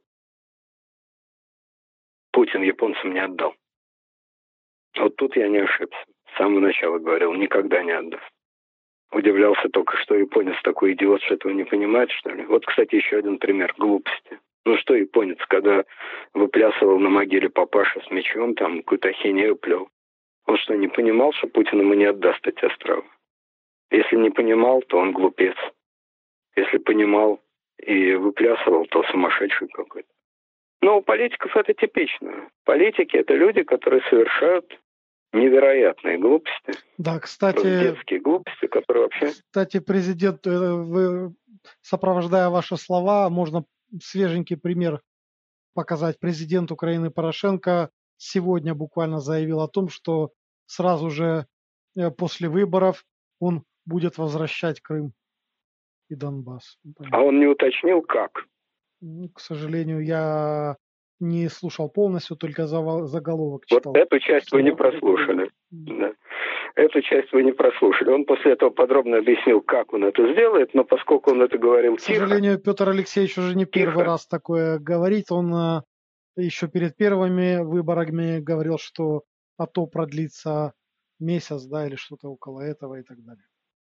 Speaker 2: Путин японцам не отдал. Вот тут я не ошибся. С самого начала говорил, никогда не отдаст. Удивлялся только, что японец такой идиот, что этого не понимает, что ли. Вот, кстати, еще один пример глупости. Что японец, когда выплясывал на могиле папаша с мечом, там какую-то ахинею плел. Он что, не понимал, что Путин ему не отдаст эти острова? Если не понимал, то он глупец. Если понимал и выплясывал, то сумасшедший какой-то. Но у политиков это типично. Политики – это люди, которые совершают невероятные глупости.
Speaker 1: Да, кстати,
Speaker 2: детские глупости, которые вообще...
Speaker 1: Кстати, президент, вы, сопровождая ваши слова, можно свеженький пример показать. Президент Украины Порошенко сегодня буквально заявил о том, что сразу же после выборов он будет возвращать Крым и Донбасс.
Speaker 2: А он не уточнил, как?
Speaker 1: К сожалению, я не слушал полностью, только заголовок читал.
Speaker 2: Вот эту часть вы не прослушали. Да. Эту часть вы не прослушали. Он после этого подробно объяснил, как он это сделает, но поскольку он это говорил тихо...
Speaker 1: К сожалению, Петр Алексеевич уже не первый раз такое говорит. Он еще перед первыми выборами говорил, что АТО продлится месяц, да, или что-то около этого и так далее.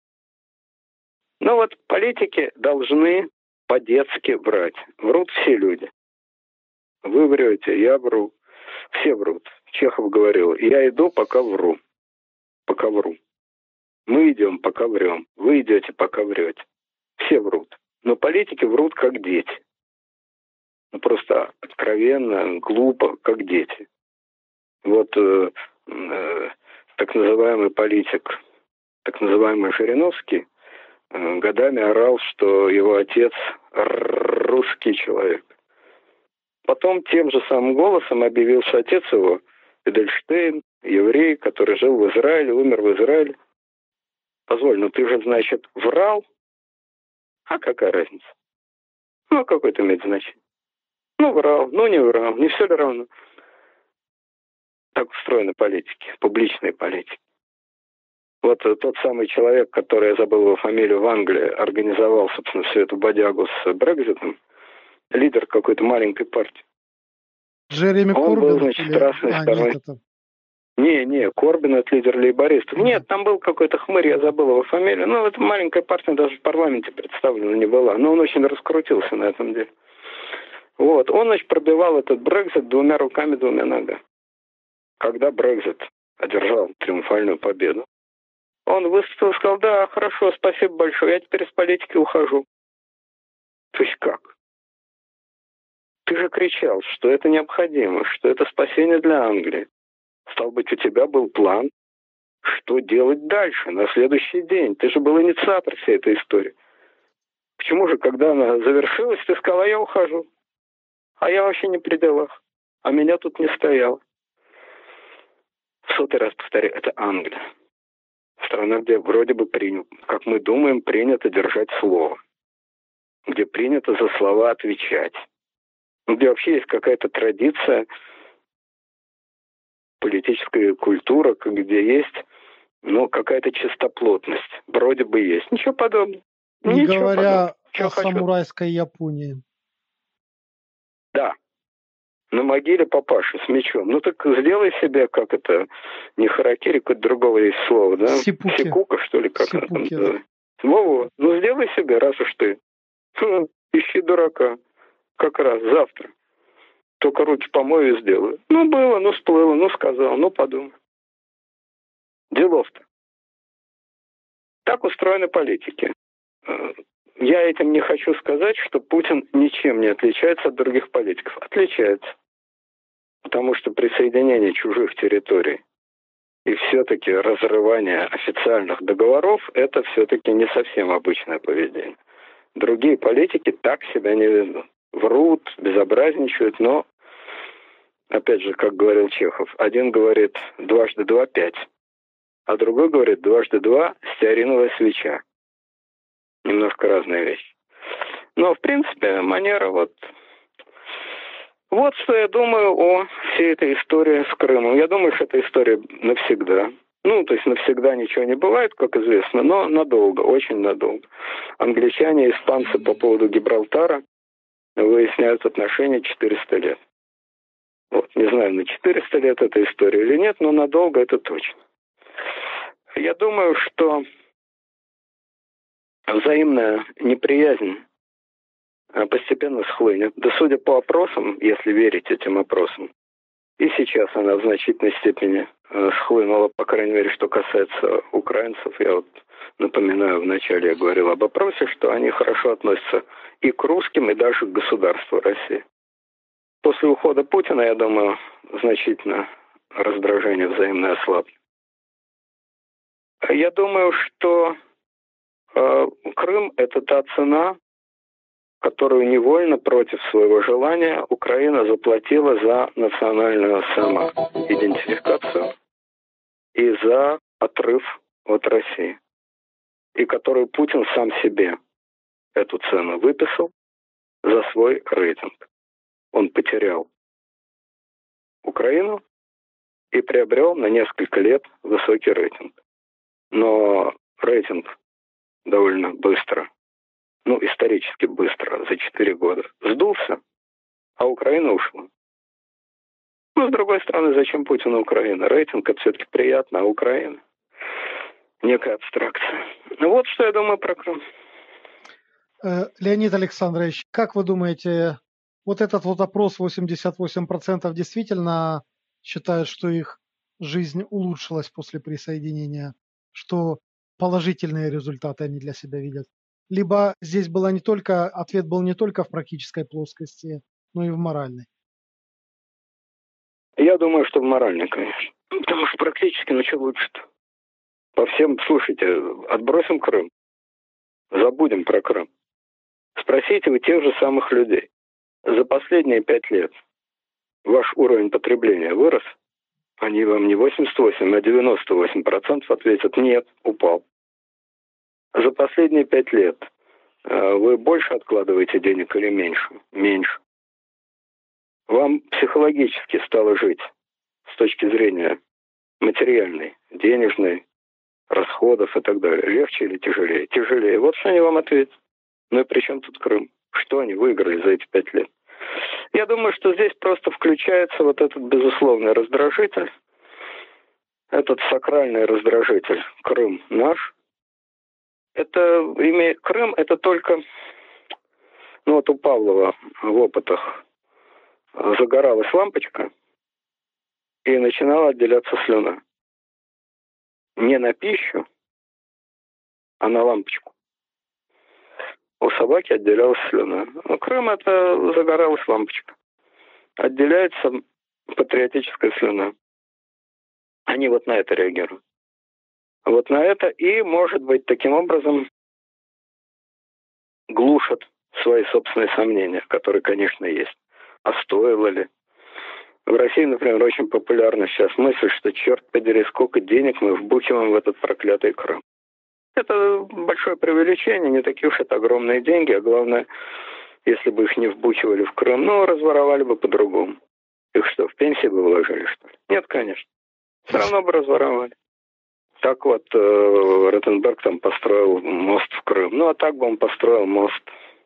Speaker 2: Вот политики должны по-детски врать. Врут все люди. Вы врете, я вру. Все врут. Чехов говорил, я иду, пока вру. Пока вру. Мы идем, пока врем. Вы идете, пока врете. Все врут. Но политики врут, как дети. Просто откровенно, глупо, как дети. Вот так называемый политик, так называемый Жириновский, годами орал, что его отец русский человек. Потом тем же самым голосом объявил, что отец его Эдельштейн, еврей, который жил в Израиле, умер в Израиле. Позволь, ты же, значит, врал? А какая разница? Какое это имеет значение? Врал, не врал, не все ли равно? Так устроены политики, публичные политики. Вот тот самый человек, который, я забыл его фамилию, в Англии организовал, собственно, всю эту бодягу с Брекситом, лидер какой-то маленькой партии.
Speaker 1: Джереми Корбин?
Speaker 2: Он был, значит, страстный сторонник. Не, Корбин — это лидер лейбористов. Нет, там был какой-то хмырь, я забыл его фамилию. Эта маленькая партия даже в парламенте представлена не была. Но он очень раскрутился на этом деле. Вот, он, значит, пробивал этот Брексит 2 руками, 2 ногами. Когда Брексит одержал триумфальную победу, он выступил и сказал, да, хорошо, спасибо большое, я теперь из политики ухожу. То есть как? Ты же кричал, что это необходимо, что это спасение для Англии. Стал быть, у тебя был план, что делать дальше, на следующий день. Ты же был инициатор всей этой истории. Почему же, когда она завершилась, ты сказал, а я ухожу? А я вообще не при делах. А меня тут не стояло. В сотый раз повторяю, это Англия. Страна, где вроде бы как мы думаем, принято держать слово. Где принято за слова отвечать. Где вообще есть какая-то традиция, политическая культура, где есть, какая-то чистоплотность. Вроде бы есть. Ничего подобного.
Speaker 1: Не
Speaker 2: Ничего подобного.
Speaker 1: говоря
Speaker 2: Чего
Speaker 1: о
Speaker 2: хочу.
Speaker 1: самурайской Японии.
Speaker 2: Да. На могиле папаши с мечом. Так сделай себе, как это, не харакири, какое-то другого есть слово, да?
Speaker 1: Сипуки.
Speaker 2: Сипука, что ли, как
Speaker 1: Сипуки,
Speaker 2: это там. Во-во. Сделай себе, раз уж ты. Ищи дурака. Как раз завтра. Только руки помою и сделаю. Было, всплыло, сказал, подумай. Делов-то. Так устроены политики. Я этим не хочу сказать, что Путин ничем не отличается от других политиков. Отличается. Потому что присоединение чужих территорий и все-таки разрывание официальных договоров – это все-таки не совсем обычное поведение. Другие политики так себя не ведут. Врут, безобразничают, но, опять же, как говорил Чехов, один говорит дважды два – 5, а другой говорит дважды два – стеариновая свеча. Немножко разные вещи. Но, в принципе, манера Вот что я думаю о всей этой истории с Крымом. Я думаю, что эта история навсегда. То есть навсегда ничего не бывает, как известно, но надолго, очень надолго. Англичане и испанцы по поводу Гибралтара выясняют отношения 400 лет. Не знаю, на 400 лет эта история или нет, но надолго это точно. Я думаю, что взаимная неприязнь постепенно схлынет. Да судя по опросам, если верить этим опросам, и сейчас она в значительной степени схлынула, по крайней мере, что касается украинцев. Я напоминаю, вначале я говорил об опросе, что они хорошо относятся и к русским, и даже к государству России. После ухода Путина, я думаю, значительно раздражение взаимное ослабло. Я думаю, что Крым – это та цена, которую невольно против своего желания Украина заплатила за национальную самоидентификацию и за отрыв от России. И которую Путин сам себе эту цену выписал за свой рейтинг. Он потерял Украину и приобрел на несколько лет высокий рейтинг. Но рейтинг довольно быстро, исторически быстро, за 4 года, сдулся, а Украина ушла. С другой стороны, зачем Путину Украина? Рейтинг – это все-таки приятно, а Украина – некая абстракция. Вот что я думаю про Крым.
Speaker 1: Леонид Александрович, как вы думаете, этот опрос 88% действительно считают, что их жизнь улучшилась после присоединения, что положительные результаты они для себя видят? Либо здесь ответ был не только в практической плоскости, но и в моральной?
Speaker 2: Я думаю, что в моральной, конечно. Потому что практически, что лучше-то? По всем, слушайте, отбросим Крым. Забудем про Крым. Спросите у тех же самых людей. За последние 5 лет ваш уровень потребления вырос? Они вам не 88, а 98% ответят: нет, упал. За последние 5 лет вы больше откладываете денег или меньше? Меньше. Вам психологически стало жить с точки зрения материальной, денежной, расходов и так далее. Легче или тяжелее? Тяжелее. Вот что они вам ответят. И при чем тут Крым? Что они выиграли за эти 5 лет? Я думаю, что здесь просто включается этот безусловный раздражитель, этот сакральный раздражитель. Крым наш. Крым это только, у Павлова в опытах загоралась лампочка и начинала отделяться слюна. Не на пищу, а на лампочку. У собаки отделялась слюна. Крым это загоралась лампочка. Отделяется патриотическая слюна. Они на это реагируют. На это и, может быть, таким образом глушат свои собственные сомнения, которые, конечно, есть. А стоило ли? В России, например, очень популярна сейчас мысль, что, черт подери, сколько денег мы вбухиваем в этот проклятый Крым. Это большое преувеличение, не такие уж это огромные деньги, а главное, если бы их не вбухивали в Крым, разворовали бы по-другому. Их что, в пенсии бы вложили, что ли? Нет, конечно. Все равно бы разворовали. Так вот, Ротенберг там построил мост в Крым. А так бы он построил мост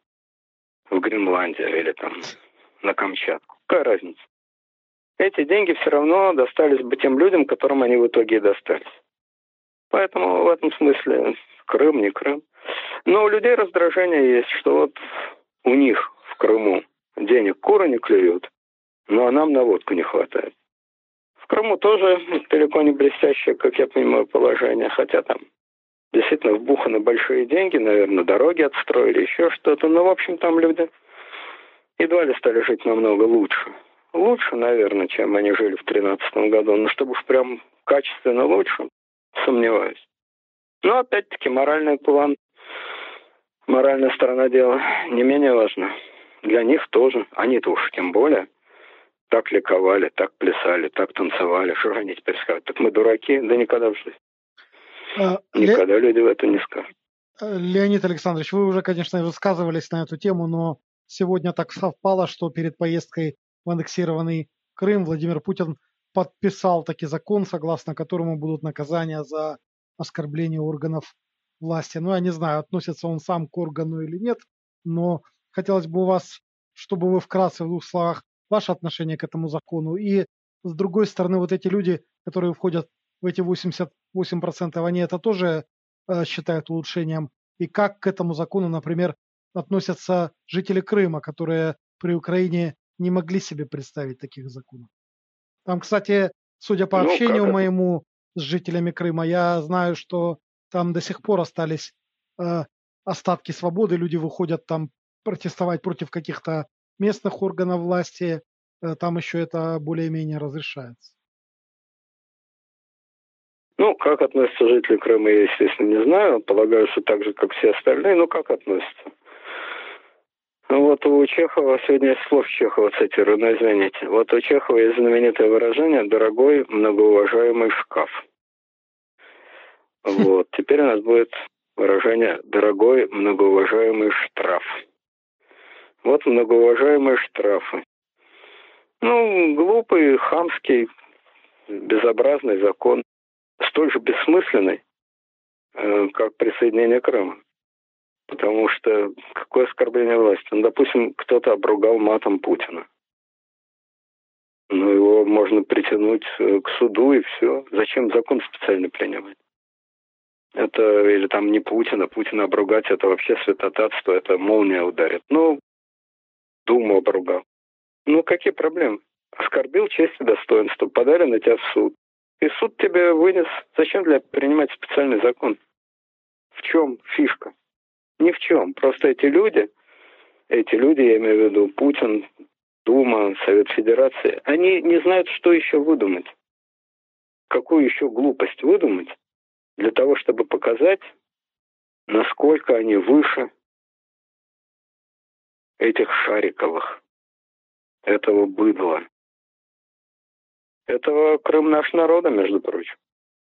Speaker 2: в Гренландию или там на Камчатку. Какая разница? Эти деньги все равно достались бы тем людям, которым они в итоге и достались. Поэтому в этом смысле Крым, не Крым. Но у людей раздражение есть, что вот у них в Крыму денег куры не клюют, а нам на водку не хватает. В Крыму тоже далеко не блестящее, как я понимаю, положение, хотя там действительно вбуханы большие деньги, наверное, дороги отстроили, еще что-то. Но, в общем, там люди едва ли стали жить намного лучше. Лучше, наверное, чем они жили в 2013 году. Но чтобы уж прям качественно лучше, сомневаюсь. Но, опять-таки, моральный план, моральная сторона дела не менее важна. Для них тоже. Они-то уж тем более так ликовали, так плясали, так танцевали. Что же они теперь скажут? Так мы дураки? Да никогда в жизни. Никогда люди в это не скажут.
Speaker 1: Леонид Александрович, вы уже, конечно, высказывались на эту тему, но сегодня так совпало, что перед поездкой в аннексированный Крым Владимир Путин подписал таки закон, согласно которому будут наказания за оскорбление органов власти. Я не знаю, относится он сам к органу или нет, но хотелось бы у вас, чтобы вы вкратце в двух словах ваше отношение к этому закону. И с другой стороны, вот эти люди, которые входят в эти 88%, они это тоже считают улучшением. И как к этому закону, например, относятся жители Крыма, которые при Украине не могли себе представить таких законов. Там, кстати, судя по общению моему с жителями Крыма, я знаю, что там до сих пор остались остатки свободы. Люди выходят там протестовать против каких-то местных органов власти. Там еще это более-менее разрешается.
Speaker 2: Как относятся жители Крыма, я, естественно, не знаю. Полагаю, что так же, как все остальные. Как относятся? У Чехова, сегодня я слов Чехова цитирую, но извините. У Чехова есть знаменитое выражение «дорогой, многоуважаемый шкаф». Теперь у нас будет выражение «дорогой, многоуважаемый штраф». Многоуважаемые штрафы. Глупый, хамский, безобразный закон. Столь же бессмысленный, как присоединение Крыма. Потому что какое оскорбление власти? Допустим, кто-то обругал матом Путина. Его можно притянуть к суду и все. Зачем закон специально принимать? Это или там не Путина. Путина обругать — это вообще святотатство, это молния ударит. Думу обругал. Какие проблемы? Оскорбил честь и достоинство, подали на тебя в суд. И суд тебе вынес. Зачем принимать специальный закон? В чем фишка? Ни в чем. Просто эти люди, я имею в виду Путин, Дума, Совет Федерации, они не знают, что еще выдумать. Какую еще глупость выдумать для того, чтобы показать, насколько они выше этих Шариковых, этого быдла. Этого Крым наш народа, между прочим.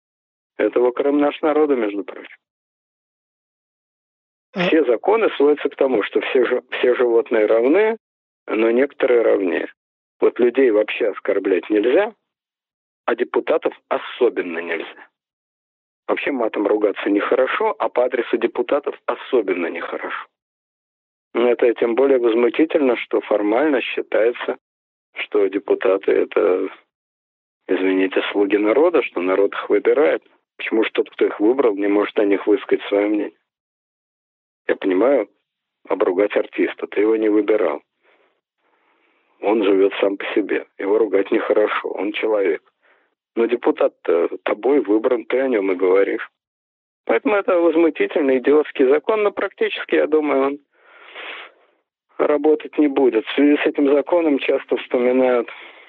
Speaker 2: Все законы сводятся к тому, что все животные равны, но некоторые равнее. Людей вообще оскорблять нельзя, а депутатов особенно нельзя. Вообще матом ругаться нехорошо, а по адресу депутатов особенно нехорошо. Это тем более возмутительно, что формально считается, что депутаты — это, извините, слуги народа, что народ их выбирает. Почему же тот, кто их выбрал, не может о них высказать свое мнение? Я понимаю, обругать артиста, ты его не выбирал. Он живет сам по себе, его ругать нехорошо, он человек. Но депутат-то тобой выбран, ты о нем и говоришь. Поэтому это возмутительный идиотский закон, но практически, я думаю, он работать не будет. В связи с этим законом часто вспоминают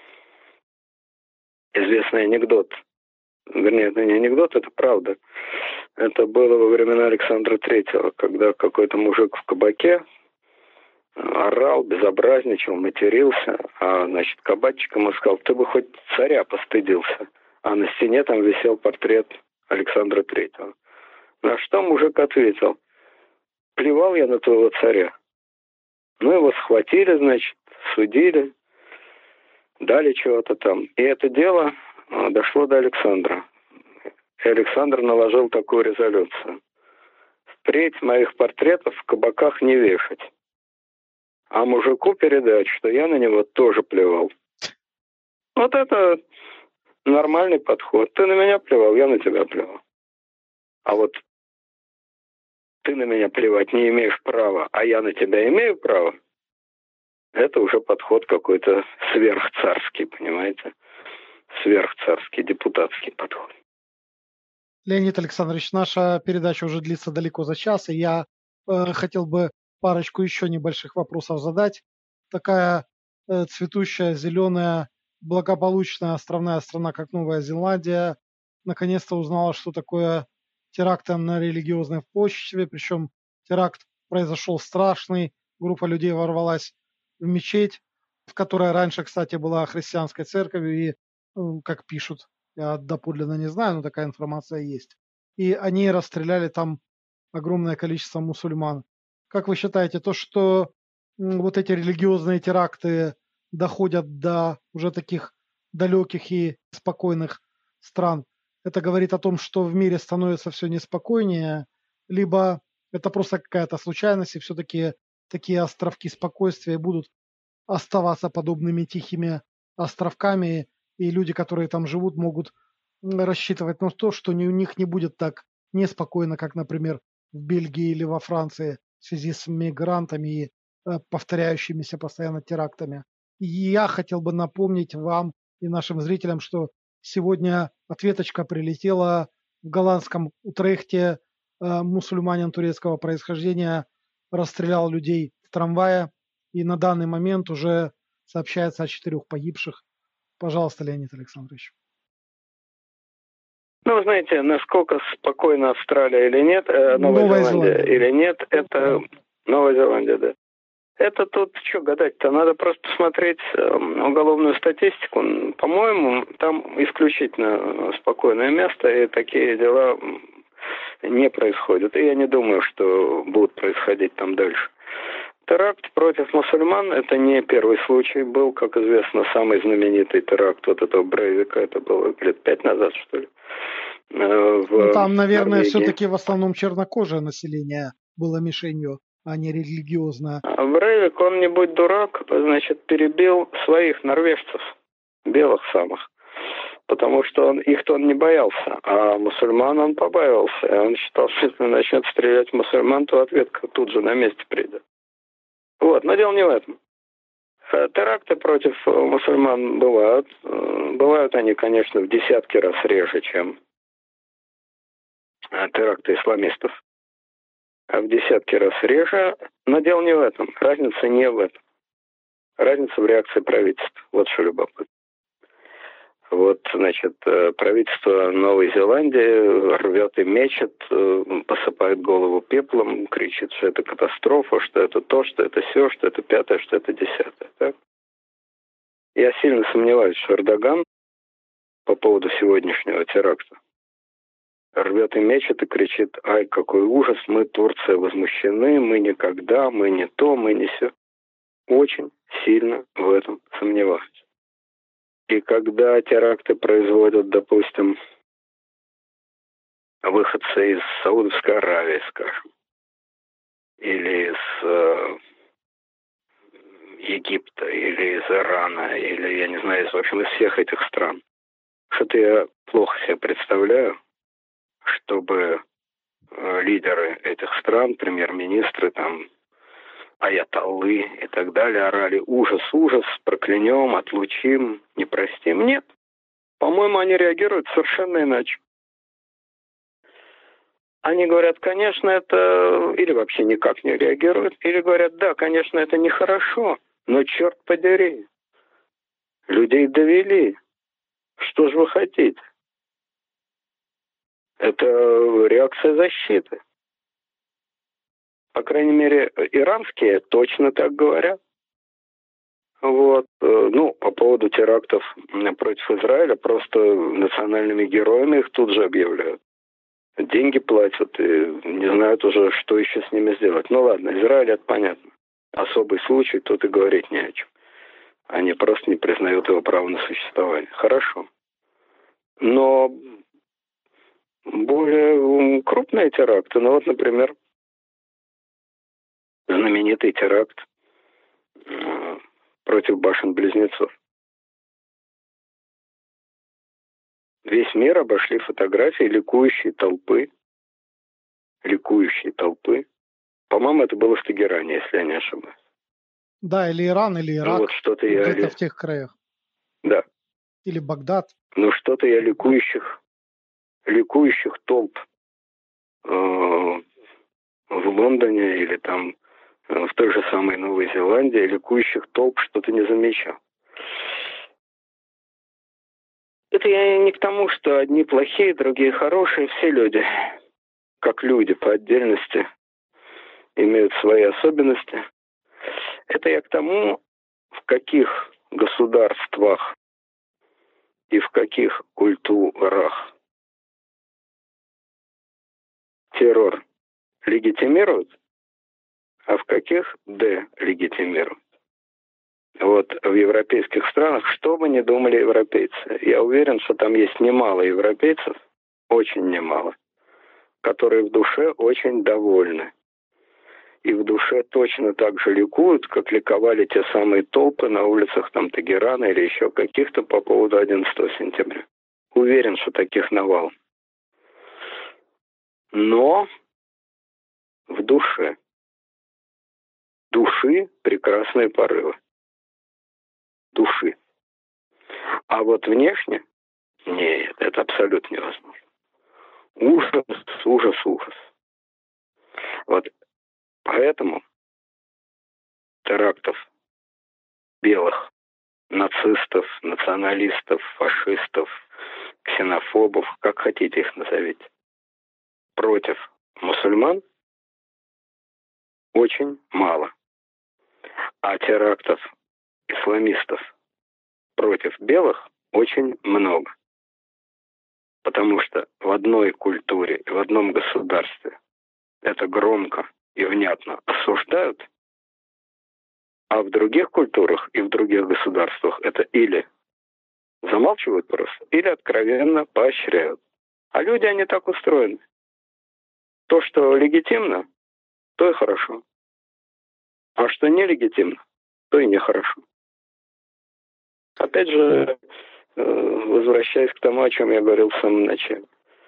Speaker 2: известный анекдот. Вернее, это не анекдот, это правда. Это было во времена Александра Третьего, когда какой-то мужик в кабаке орал, безобразничал, матерился. А, значит, кабачик ему сказал: ты бы хоть царя постыдился. А на стене там висел портрет Александра Третьего. На что мужик ответил: плевал я на твоего царя. Ну, его схватили, значит, судили, дали чего-то там. И это дело дошло до Александра. И Александр наложил такую резолюцию: впредь моих портретов в кабаках не вешать. А мужику передать, что я на него тоже плевал. Вот это нормальный подход. Ты на меня плевал, я на тебя плевал. А вот ты на меня плевать не имеешь права, а я на тебя имею право, это уже подход какой-то сверхцарский, понимаете? Сверхцарский, депутатский подход.
Speaker 1: Леонид Александрович, наша передача уже длится далеко за час, и я хотел бы парочку еще небольших вопросов задать. Такая цветущая, зеленая, благополучная островная страна, как Новая Зеландия, наконец-то узнала, что такое теракты на религиозной почве, причем теракт произошел страшный, группа людей ворвалась в мечеть, в которой раньше, кстати, была христианской церковью, и, как пишут, я доподлинно не знаю, но такая информация есть. И они расстреляли там огромное количество мусульман. Как вы считаете, то, что вот эти религиозные теракты доходят до уже таких далеких и спокойных стран, это говорит о том, что в мире становится все неспокойнее, либо это просто какая-то случайность, и все-таки такие островки спокойствия будут оставаться подобными тихими островками, и люди, которые там живут, могут рассчитывать на то, что у них не будет так неспокойно, как, например, в Бельгии или во Франции в связи с мигрантами и повторяющимися постоянно терактами. И я хотел бы напомнить вам и нашим зрителям, что сегодня ответочка прилетела в голландском Утрехте. Мусульманин турецкого происхождения расстрелял людей в трамвае, и на данный момент уже сообщается о 4 погибших. Пожалуйста, Леонид Александрович.
Speaker 2: Ну, вы знаете, насколько спокойна Австралия или нет, Новая Зеландия или нет, это Новая Зеландия, да. Это тут что гадать-то? Надо просто посмотреть уголовную статистику. По-моему, там исключительно спокойное место, и такие дела не происходят. И я не думаю, что будут происходить там дальше. Теракт против мусульман – это не первый случай. Был, как известно, самый знаменитый теракт вот этого Брейвика. Это было лет 5 назад, что ли.
Speaker 1: Ну, там, наверное, все-таки в основном чернокожее население было мишенью, а не религиозное.
Speaker 2: Брейвик, он не будь дурак, значит, перебил своих норвежцев, белых самых. Потому что их-то он не боялся, а мусульман он побаивался. И он считал, что если начнет стрелять в мусульман, то ответка тут же на месте придет. Вот, но дело не в этом. Теракты против мусульман бывают. Бывают они, конечно, в десятки раз реже, чем теракты исламистов. А в десятки раз реже. Но дело не в этом. Разница не в этом. Разница в реакции правительства. Вот что любопытно. Вот, значит, правительство Новой Зеландии рвет и мечет, посыпает голову пеплом, кричит, что это катастрофа, что это то, что это все, что это пятое, что это десятое. Так? Я сильно сомневаюсь, что Эрдоган по поводу сегодняшнего теракта рвет и мечет и кричит: ай, какой ужас, мы, Турция, возмущены, мы никогда, мы не то, мы не сё. Очень сильно в этом сомневаюсь. И когда теракты производят, допустим, выходцы из Саудовской Аравии, скажем, или из Египта, или из Ирана, или, я не знаю, в общем, из всех этих стран, что-то я плохо себе представляю, чтобы лидеры этих стран, премьер-министры, там, аятоллы и так далее орали: ужас, ужас, проклянем, отлучим, не простим. Нет. По-моему, они реагируют совершенно иначе. Они говорят, конечно, это... Или вообще никак не реагируют. Или говорят, да, конечно, это нехорошо, но черт подери. Людей довели. Что же вы хотите? Это реакция защиты. По крайней мере, иранские точно так говорят. Вот. Ну, по поводу терактов против Израиля, просто национальными героями их тут же объявляют. Деньги платят и не знают уже, что еще с ними сделать. Ну ладно, Израиль, это понятно. Особый случай, тут и говорить не о чем. Они просто не признают его право на существование. Хорошо. Но более крупные теракты, ну вот, например, знаменитый теракт против башен-близнецов. Весь мир обошли фотографии ликующей толпы. Ликующей толпы. По-моему, это было в Тегеране, если я не ошибаюсь.
Speaker 1: Да, или Иран, или Ирак.
Speaker 2: Ну, вот что-то
Speaker 1: где-то в тех краях.
Speaker 2: Да.
Speaker 1: Или Багдад.
Speaker 2: Ну, что-то я ликующих толп в Лондоне или там в той же самой Новой Зеландии, ликующих толп что-то не замечал. Это я не к тому, что одни плохие, другие хорошие. Все люди, как люди по отдельности, имеют свои особенности. Это я к тому, в каких государствах и в каких культурах террор легитимируют, а в каких делегитимируют. Вот в европейских странах, что бы ни думали европейцы, я уверен, что там есть немало европейцев, очень немало, которые в душе очень довольны. И в душе точно так же ликуют, как ликовали те самые толпы на улицах там Тегерана или еще каких-то по поводу 11 сентября. Уверен, что таких навал. Но в душе. Души прекрасные порывы. Души. А вот внешне нет, это абсолютно невозможно. Ужас, ужас, ужас. Вот поэтому терактов белых, нацистов, националистов, фашистов, ксенофобов, как хотите их назовите, против мусульман очень мало. А терактов исламистов против белых очень много. Потому что в одной культуре и в одном государстве это громко и внятно осуждают, а в других культурах и в других государствах это или замалчивают просто, или откровенно поощряют. А люди, они так устроены. То, что легитимно, то и хорошо. А что нелегитимно, то и нехорошо. Опять же, возвращаясь к тому, о чем я говорил в самом начале.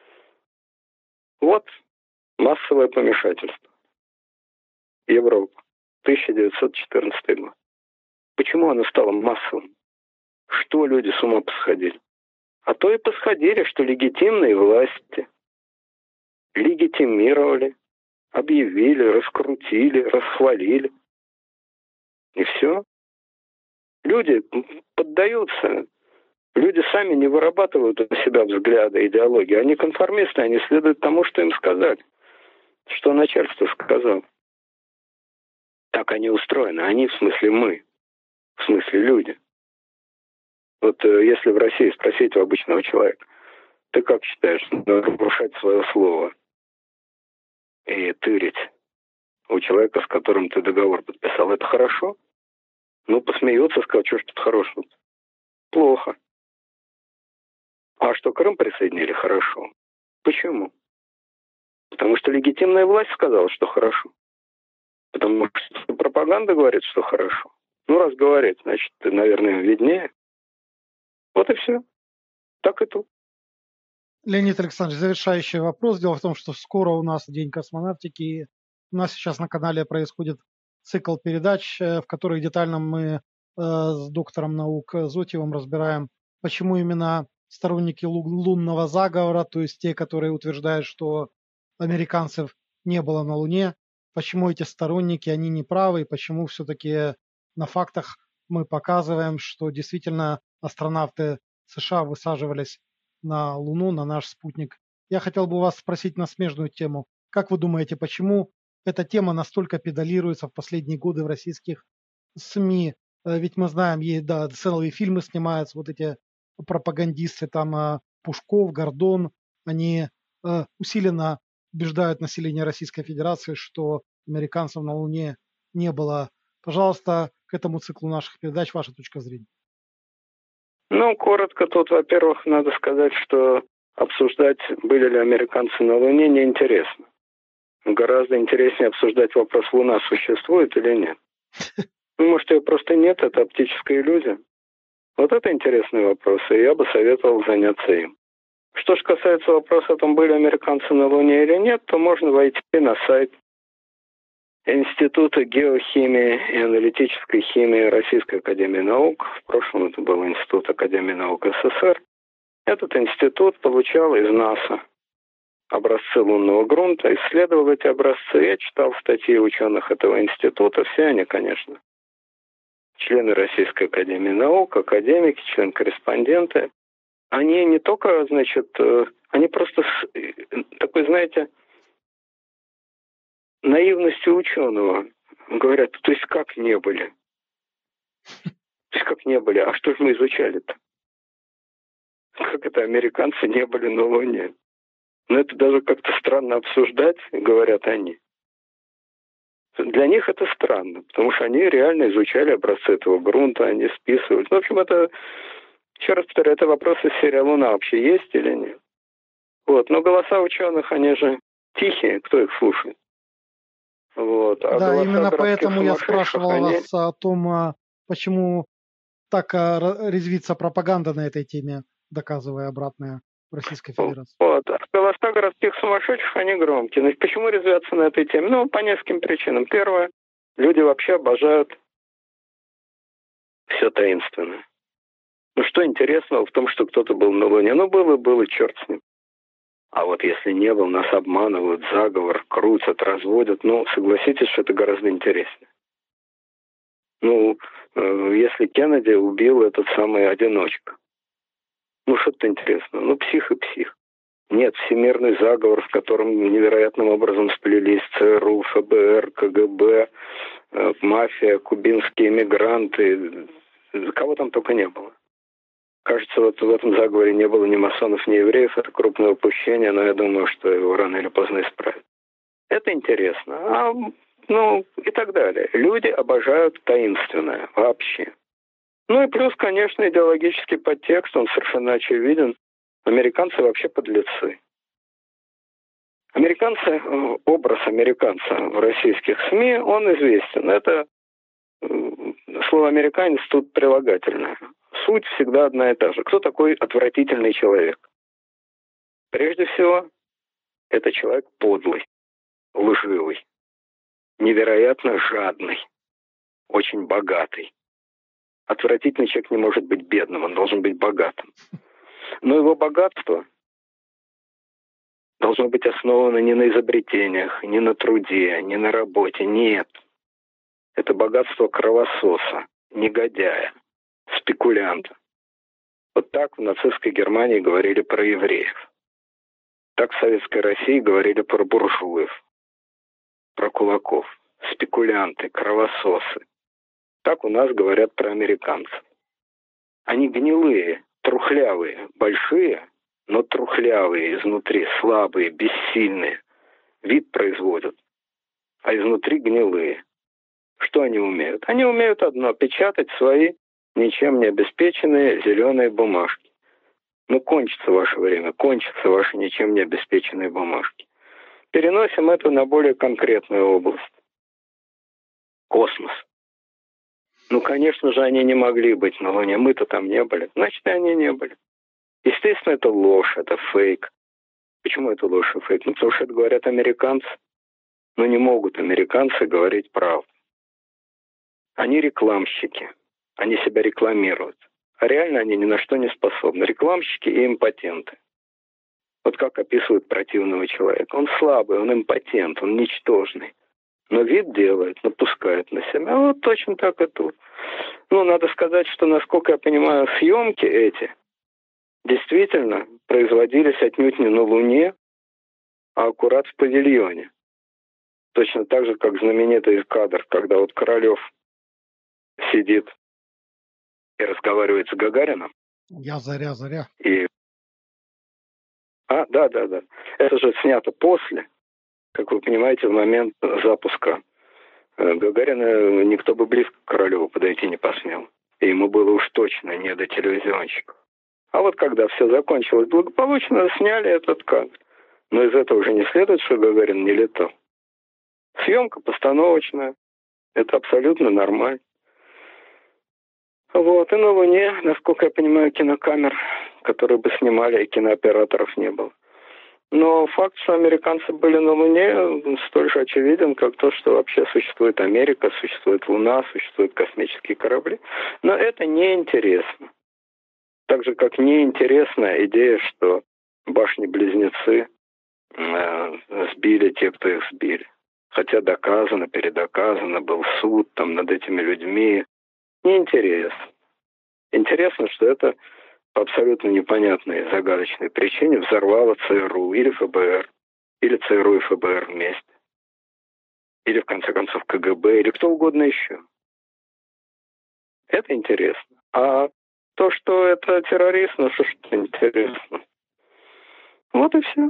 Speaker 2: Вот массовое помешательство. Европа. 1914 год. Почему оно стало массовым? Что люди с ума посходили? А то и посходили, что легитимные власти легитимировали, объявили, раскрутили, расхвалили. И все. Люди поддаются. Люди сами не вырабатывают у себя взгляды, идеологии. Они конформисты, они следуют тому, что им сказали. Что начальство сказало. Так они устроены. Они, в смысле мы. В смысле люди. Вот если в России спросить у обычного человека, ты как считаешь, надо нарушать свое слово и тырить у человека, с которым ты договор подписал, это хорошо? Ну, посмеется, скажет, что ж тут хорошего? Плохо. А что Крым присоединили, хорошо. Почему? Потому что легитимная власть сказала, что хорошо. Потому что пропаганда говорит, что хорошо. Ну, раз говорит, значит, наверное, виднее. Вот и все. Так и тут.
Speaker 1: Леонид Александрович, завершающий вопрос. Дело в том, что скоро у нас День космонавтики. И у нас сейчас на канале происходит цикл передач, в которых детально мы с доктором наук Зотьевым разбираем, почему именно сторонники лунного заговора, то есть те, которые утверждают, что американцев не было на Луне, почему эти сторонники, они не правы, и почему все-таки на фактах мы показываем, что действительно астронавты США высаживались на Луну, на наш спутник. Я хотел бы у вас спросить на смежную тему. Как вы думаете, почему эта тема настолько педалируется в последние годы в российских СМИ. Ведь мы знаем, да, целые фильмы снимаются, вот эти пропагандисты, там Пушков, Гордон, они усиленно убеждают население Российской Федерации, что американцев на Луне не было. Пожалуйста, к этому циклу наших передач ваша точка зрения.
Speaker 2: Ну, коротко тут, во-первых, надо сказать, что обсуждать, были ли американцы на Луне, неинтересно. Гораздо интереснее обсуждать вопрос, Луна существует или нет. Ну, может, ее просто нет, это оптическая иллюзия. Вот это интересный вопрос, и я бы советовал заняться им. Что же касается вопроса о том, были американцы на Луне или нет, то можно войти на сайт Института геохимии и аналитической химии Российской академии наук. В прошлом это был Институт Академии наук СССР. Этот институт получал из НАСА образцы лунного грунта, исследовал эти образцы. Я читал статьи ученых этого института, все они, конечно, члены Российской академии наук, академики, член-корреспонденты. Они не только, значит, они просто такой, знаете, наивностью ученого говорят, то есть как не были? То есть как не были? А что же мы изучали-то? Как это американцы не были на Луне? Но это даже как-то странно обсуждать, говорят они. Для них это странно, потому что они реально изучали образцы этого грунта, они списывали. Ну, в общем, это, еще раз повторяю, это вопрос из серии «Луна вообще есть или нет?» Вот. Но голоса ученых, они же тихие, кто их слушает? Вот. А
Speaker 1: да, именно поэтому я
Speaker 2: сумасшедших,
Speaker 1: спрашивал вас о том, почему так резвится пропаганда на этой теме, доказывая обратное в Российской Федерации.
Speaker 2: Вот. А голоса городских сумасшедших, они громкие. Значит, почему резвятся на этой теме? Ну, по нескольким причинам. Первое, люди вообще обожают все таинственное. Ну, что интересного в том, что кто-то был на Луне? Ну, было, черт с ним. А вот если не был, нас обманывают, заговор, крутят, разводят. Ну, согласитесь, что это гораздо интереснее. Ну, если Кеннеди убил этот самый одиночка. Ну, что-то интересно. Ну, псих и псих. Нет, всемирный заговор, в котором невероятным образом сплелись ЦРУ, ФБР, КГБ, мафия, кубинские эмигранты. Кого там только не было. Кажется, вот в этом заговоре не было ни масонов, ни евреев. Это крупное упущение, но я думаю, что его рано или поздно исправят. Это интересно. Ну, и так далее. Люди обожают таинственное вообще. Ну и плюс, конечно, идеологический подтекст, он совершенно очевиден. Американцы вообще подлецы. Американцы, образ американца в российских СМИ, он известен. Это слово «американец» тут прилагательное. Суть всегда одна и та же. Кто такой отвратительный человек? Прежде всего, это человек подлый, лживый, невероятно жадный, очень богатый. Отвратительный человек не может быть бедным, он должен быть богатым. Но его богатство должно быть основано не на изобретениях, не на труде, не на работе. Нет. Это богатство кровососа, негодяя, спекулянта. Вот так в нацистской Германии говорили про евреев. Так в Советской России говорили про буржуев, про кулаков, спекулянты, кровососы. Так у нас говорят про американцев. Они гнилые, трухлявые, большие, но трухлявые изнутри, слабые, бессильные. Вид производят, а изнутри гнилые. Что они умеют? Они умеют одно – печатать свои ничем не обеспеченные зеленые бумажки. Ну, кончится ваше время, кончатся ваши ничем не обеспеченные бумажки. Переносим это на более конкретную область. Космос. Ну, конечно же, они не могли быть на Луне. Мы-то там не были. Значит, и они не были. Естественно, это ложь, это фейк. Почему это ложь и фейк? Ну, потому что это говорят американцы. Но не могут американцы говорить правду. Они рекламщики. Они себя рекламируют. А реально они ни на что не способны. Рекламщики и импотенты. Вот как описывают противного человека. Он слабый, он импотент, он ничтожный. Но вид делает, напускает на себя. Вот точно так и тут. Ну, надо сказать, что, насколько я понимаю, съемки эти действительно производились отнюдь не на Луне, а аккурат в павильоне. Точно так же, как знаменитый кадр, когда вот Королев сидит и разговаривает с Гагарином.
Speaker 1: Я заря.
Speaker 2: И... да. Это же снято после, как вы понимаете, в момент запуска Гагарина никто бы близко к Королеву подойти не посмел. И ему было уж точно не до телевизионщиков. А вот когда все закончилось благополучно, сняли этот кадр. Но из этого уже не следует, что Гагарин не летал. Съемка постановочная. Это абсолютно нормально. Вот. И на Луне, насколько я понимаю, кинокамер, которые бы снимали, и кинооператоров не было. Но факт, что американцы были на Луне, столь же очевиден, как то, что вообще существует Америка, существует Луна, существуют космические корабли. Но это неинтересно. Так же, как неинтересна идея, что башни-близнецы сбили те, кто их сбили. Хотя доказано, передоказано, был суд там над этими людьми. Неинтересно. Интересно, что это по абсолютно непонятной и загадочной причине взорвало ЦРУ или ФБР, или ЦРУ и ФБР вместе. Или, в конце концов, КГБ, или кто угодно еще. Это интересно. А то, что это террорист, ну что интересно. Вот и все.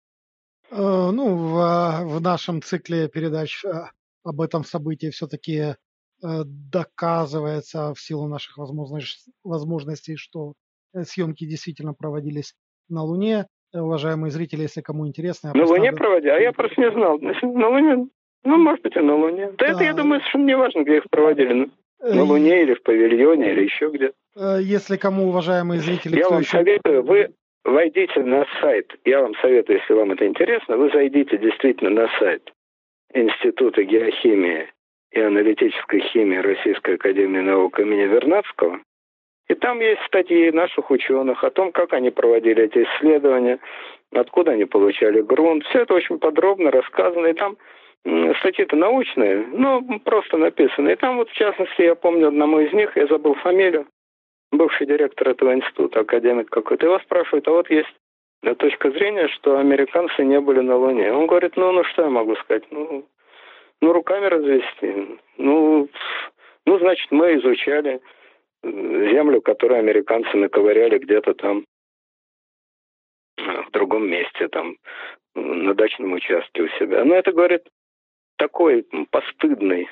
Speaker 1: В нашем цикле передач об этом событии все-таки доказывается в силу наших возможностей, что съемки действительно проводились на Луне. Уважаемые зрители, если кому интересно...
Speaker 2: На Луне проводили? А я просто не знал. На Луне? Ну, может быть, и на Луне. Да это, я думаю, совершенно не важно, где их проводили. На Луне или в павильоне, или еще где.
Speaker 1: Если кому, уважаемые зрители...
Speaker 2: Я вам советую, вы войдите на сайт. Я вам советую, если вам это интересно, вы зайдите действительно на сайт Института геохимии и аналитической химии Российской академии наук имени Вернадского. И там есть статьи наших ученых о том, как они проводили эти исследования, откуда они получали грунт. Все это очень подробно рассказано. И там статьи-то научные, но просто написаны. И там вот, в частности, я помню одному из них, я забыл фамилию, бывший директор этого института, академик какой-то, его спрашивают, а вот есть точка зрения, что американцы не были на Луне. Он говорит, ну что я могу сказать? Ну, руками развести. Ну, значит, мы изучали землю, которую американцы наковыряли где-то там в другом месте, там, на дачном участке у себя. Но это, говорит, такой постыдный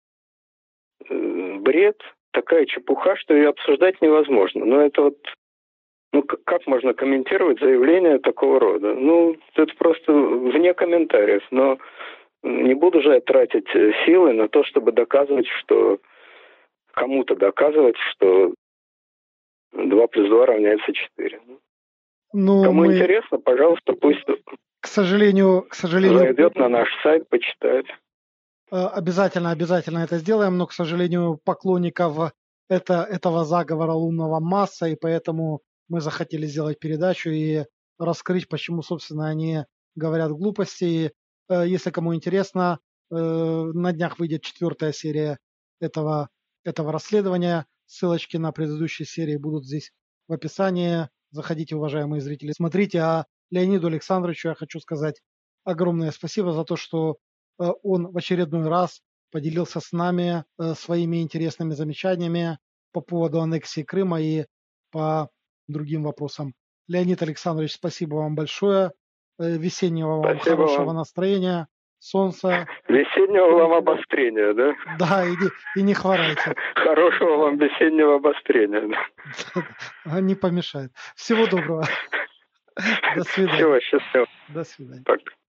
Speaker 2: бред, такая чепуха, что ее обсуждать невозможно. Но это вот, как можно комментировать заявление такого рода? Ну, это просто вне комментариев. Но не буду же я тратить силы на то, чтобы доказывать, что кому-то доказывать, что 2 + 2 равняется 4. Кому интересно, пожалуйста, пусть
Speaker 1: к сожалению,
Speaker 2: зайдет на наш сайт, почитает.
Speaker 1: Обязательно это сделаем, но, к сожалению, поклонников этого заговора лунного масса, и поэтому мы захотели сделать передачу и раскрыть, почему, собственно, они говорят глупости. И, если кому интересно, на днях выйдет 4-я серия этого расследования. Ссылочки на предыдущие серии будут здесь в описании. Заходите, уважаемые зрители, смотрите. А Леониду Александровичу я хочу сказать огромное спасибо за то, что он в очередной раз поделился с нами своими интересными замечаниями по поводу аннексии Крыма и по другим вопросам. Леонид Александрович, спасибо вам большое. Весеннего вам хорошего настроения, солнца.
Speaker 2: Весеннего вам обострения, да?
Speaker 1: Да, и не хворайте.
Speaker 2: Хорошего вам весеннего обострения.
Speaker 1: Не помешает. Всего доброго. До свидания.
Speaker 2: Всего счастливого.
Speaker 1: До свидания.
Speaker 2: Так.